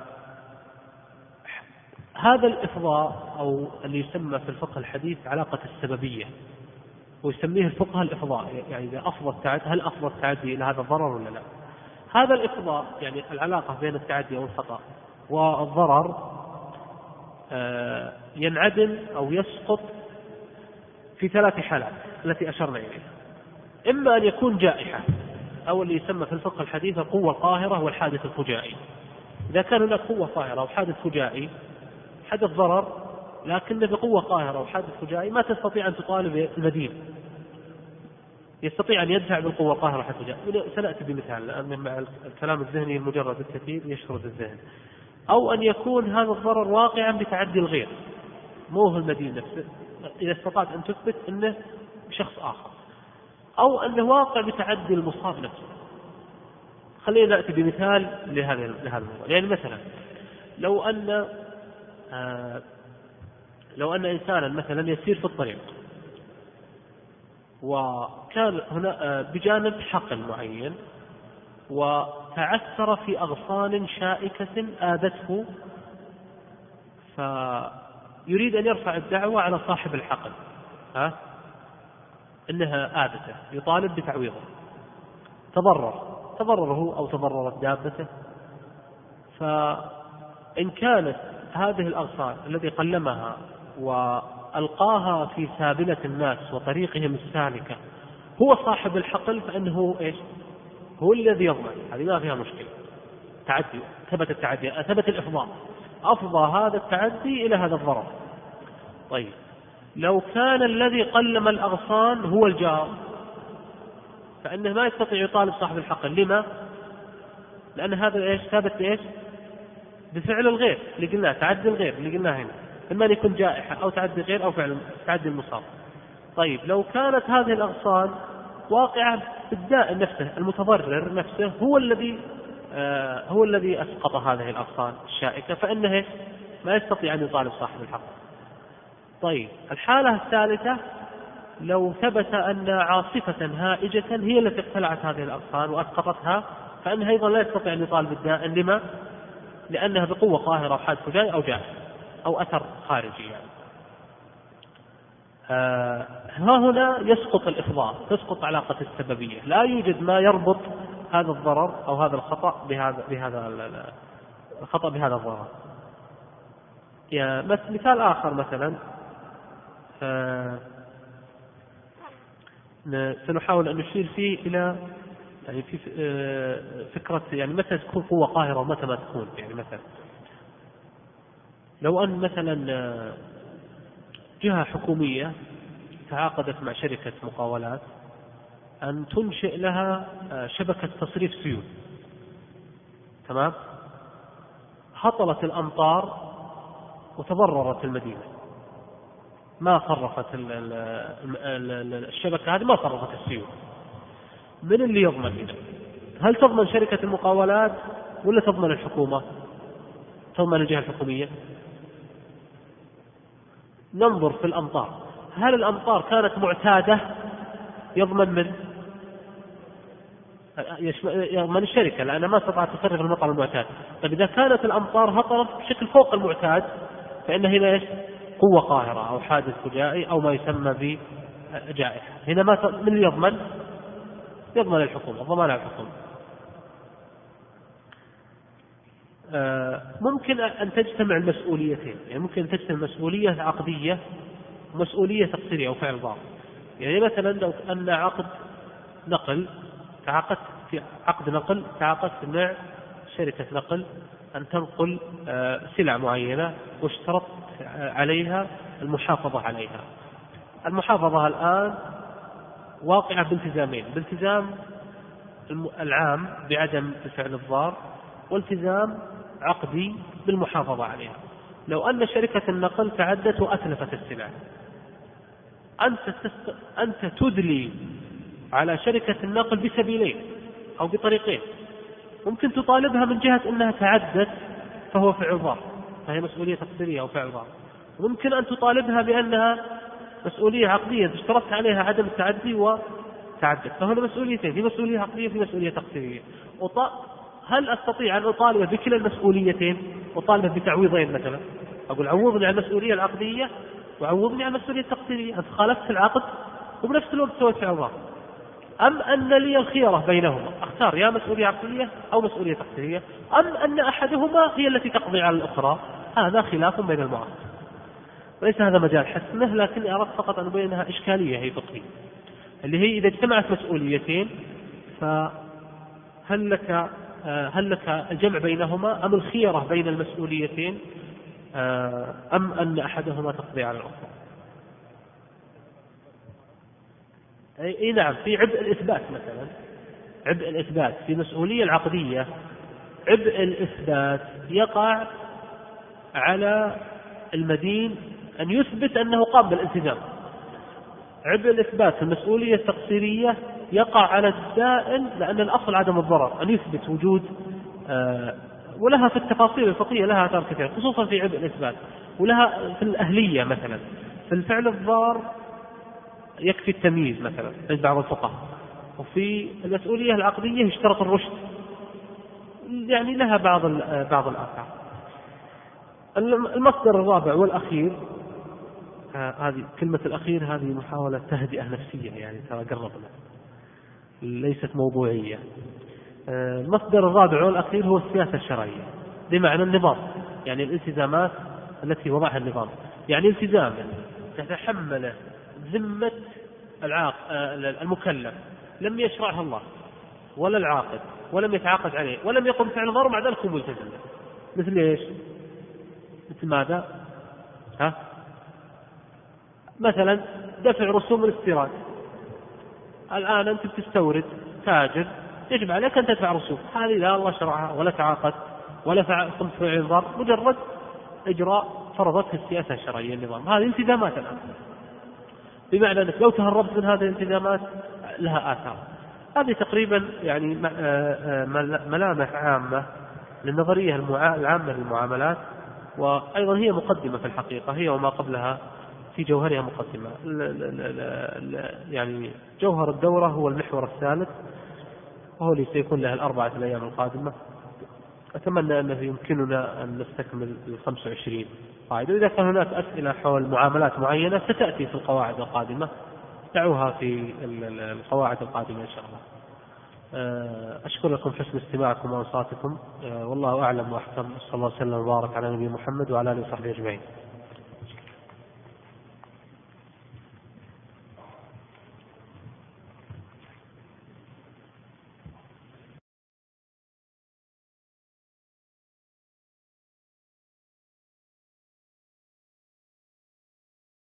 هذا الإفضاء أو اللي يسمى في الفقه الحديث علاقة السببية، ويسميه الفقه الإفضاء، يعني إذا أفضى التعدي هل أفضى التعدي إلى هذا الضرر ولا لا؟ هذا الإفضاء يعني العلاقة بين التعدي أو الخطأ والضرر آه ينعدم أو يسقط في ثلاث حالات التي أشرنا إليها: إما أن يكون جائحة، أو اللي يسمى في الفقه الحديث القوة القاهرة والحادث الفجائي. إذا كان هناك قوة قاهرة وحادث فجائي، حدث ضرر لكن بقوة قاهرة وحادث فجائي، ما تستطيع أن تطالب المدين، يستطيع أن يدفع بالقوة القاهرة وحادث فجائي. سنأتي بمثال، لأن مع الكلام الذهني المجرد الكثير يشرد الذهن. أو أن يكون هذا الضرر واقعا بتعدي الغير، مو هو المدين نفسه، إذا استطعت أن تثبت أنه شخص آخر، أو أنه واقع بتعدي المصاب نفسه. خلينا نأتي بمثال لهذا لهذا الموضوع. يعني مثلا لو أن آه لو أن إنسانا مثلا يسير في الطريق، وكان هنا آه بجانب حقل معين، وتعثر في أغصان شائكة آذته، فيريد أن يرفع الدعوة على صاحب الحقل ها إنها آذته، يطالب بتعويضه. تضرر تضرره أو تضررت دابته، فإن كانت هذه الأغصان الذي قلمها وألقاها في سابلة الناس وطريقهم السالكة هو صاحب الحقل، فإنه إيش؟ هو الذي يضمن، هذه ما فيها مشكلة. تعدي، ثبت التعدي، ثبت الإفضاء، أفضى هذا التعدي إلى هذا الضرر. طيب لو كان الذي قلم الأغصان هو الجار، فإنه ما يستطيع يطالب صاحب الحقل. لما؟ لأن هذا إيش؟ ثابت إيش؟ بفعل الغير اللي قلناه، تعدي الغير اللي قلناه هنا، إما أن يكون جائحة أو تعدي غير أو فعل تعدي المصاب. طيب لو كانت هذه الأغصان واقعة الدائن نفسه المتضرر نفسه هو الذي آه هو الذي أسقط هذه الأغصان الشائكة، فإنه ما يستطيع أن يطالب صاحب الحق. طيب الحالة الثالثة لو ثبت أن عاصفة هائجة هي التي اقتلعت هذه الأغصان وأسقطتها، فإنه أيضا لا يستطيع أن يطالب الدائن. لما؟ لأنها بقوة قاهرة وحادث فجائي أو جائحة أو أثر خارجي يعني. آه ها هنا يسقط الإفضاء، تسقط علاقة السببية، لا يوجد ما يربط هذا الضرر أو هذا الخطأ بهذا بهذا الخطأ بهذا الضرر. يعني مثال آخر مثلا آه سنحاول أن نشير فيه إلى يعني في فكرة يعني متى تكون قوة قاهرة ومتى ما تكون. يعني مثلا لو أن مثلا جهة حكومية تعاقدت مع شركة مقاولات أن تنشئ لها شبكة تصريف سيول، تمام؟ هطلت الأمطار وتضررت المدينة، ما صرفت الشبكة هذه، ما صرفت السيول. من اللي يضمن هنا؟ هل تضمن شركة المقاولات ولا تضمن الحكومة؟ تضمن الجهة الحكومية. ننظر في الأمطار، هل الأمطار كانت معتادة؟ يضمن من؟ يضمن الشركة لأنها ما استطاعت تصرف المطر المعتاد. طيب إذا كانت الأمطار هطلت بشكل فوق المعتاد فإن هنا إيش؟ قوة قاهرة أو حادث فجائي أو ما يسمى بجائحة. هنا ما من اللي يضمن؟ يضمن الحكومة، ضمان الحكومة. ممكن أن تجتمع المسؤوليتين، يعني ممكن تجتمع مسؤولية عقدية ومسؤولية تقصيرية أو فعل ضار. يعني مثلا لو أن عقد نقل تعاقدت في عقد نقل تعاقدت مع شركة نقل أن تنقل سلع معينة واشترطت عليها المحافظة عليها. المحافظة الآن واقعة بالتزامين، بالتزام العام بعدم فعل الضار والتزام عقدي بالمحافظة عليها. لو أن شركة النقل تعدت وأتلفت السلع، أنت, تست... أنت تدلي على شركة النقل بسبيلين أو بطريقين. ممكن تطالبها من جهة أنها تعدت فهو فعل ضار، فهي مسؤولية تقصيرية أو فعل ضار. وممكن أن تطالبها بأنها مسؤولية عقدية اشترطت عليها عدم التعدي وتعدت، فهنا مسؤوليتين، في مسؤولية عقدية في مسؤولية تقصيرية. وط... هل أستطيع أن أطالب بكلا المسؤوليتين؟ أطالب بتعويضين مثلا، أقول عوضني عن المسؤولية العقدية وعوضني عن المسؤولية التقصيرية، أنت خالفت العقد وبنفس الوقت سويت فعل ضار. أم أن لي الخيرة بينهما، أختار يا مسؤولية عقدية أو مسؤولية تقصيرية، أم أن أحدهما هي التي تقضي على الأخرى. هذا خلاف بين المعارض، وليس هذا مجال حسنه، لكن أردت فقط أن أبينها إشكالية هي فقهية، اللي هي إذا اجتمعت مسؤوليتين فهل لك هل لك الجمع بينهما أم الخيرة بين المسؤوليتين أم أن أحدهما تقضي على الأخرى. أي نعم، في عبء الإثبات مثلا، عبء الإثبات في مسؤولية العقدية، عبء الإثبات يقع على المدين أن يثبت أنه قام بالالتزام. عبء الإثبات في المسؤولية التقصيرية يقع على الدائن، لأن الأصل عدم الضرر، أن يثبت وجود آه ولها في التفاصيل الفقهية لها آثار كثيرة، خصوصا في عبء الإثبات، ولها في الأهلية مثلا. في الفعل الضار يكفي التمييز مثلا عند بعض الفقهاء، وفي المسؤولية العقدية يشترط الرشد، يعني لها بعض بعض الآثار. المصدر الرابع والأخير، آه هذه كلمة الأخير هذه محاولة تهدئة نفسية، يعني ترى قربنا، ليست موضوعية. آه المصدر الرابع والأخير هو السياسة الشرعية، بمعنى النظام، يعني الالتزامات التي وضعها النظام. يعني التزام تتحمله ذمة العاق آه المكلف لم يشرعها الله ولا العاقد ولم يتعاقد عليه ولم يقم فعل ضار، مع ذلك هو ملتزم. مثل ايش؟ مثل ماذا؟ ها؟ مثلا دفع رسوم الاستيراد. الآن أنت بتستورد، تاجر، يجب عليك أن تدفع رسوم، هذه لا الله شرعها ولا تعاقد ولا قمت فعل ضار، مجرد إجراء فرضته السياسة الشرعية النظام. هذه التزامات الآن، بمعنى أنك لو تهربت من هذه الالتزامات لها آثار. هذه تقريبا يعني ملامح عامة للنظرية العامة للمعاملات، وأيضا هي مقدمة في الحقيقة، هي وما قبلها في جوهرها مقدمة. يعني جوهر الدورة هو المحور الثالث، وهو اللي سيكون له الأربعة الأيام القادمة. أتمنى أنه يمكننا أن نستكمل الخمس وعشرين قاعدة، وإذا كان هناك أسئلة حول معاملات معينة ستأتي في القواعد القادمة، دعوها في القواعد القادمة إن شاء الله. أشكر لكم حسن استماعكم وأنصاتكم، والله أعلم وأحكم. صلى الله وسلم وبارك على نبي محمد وعلى آله وصحبه أجمعين.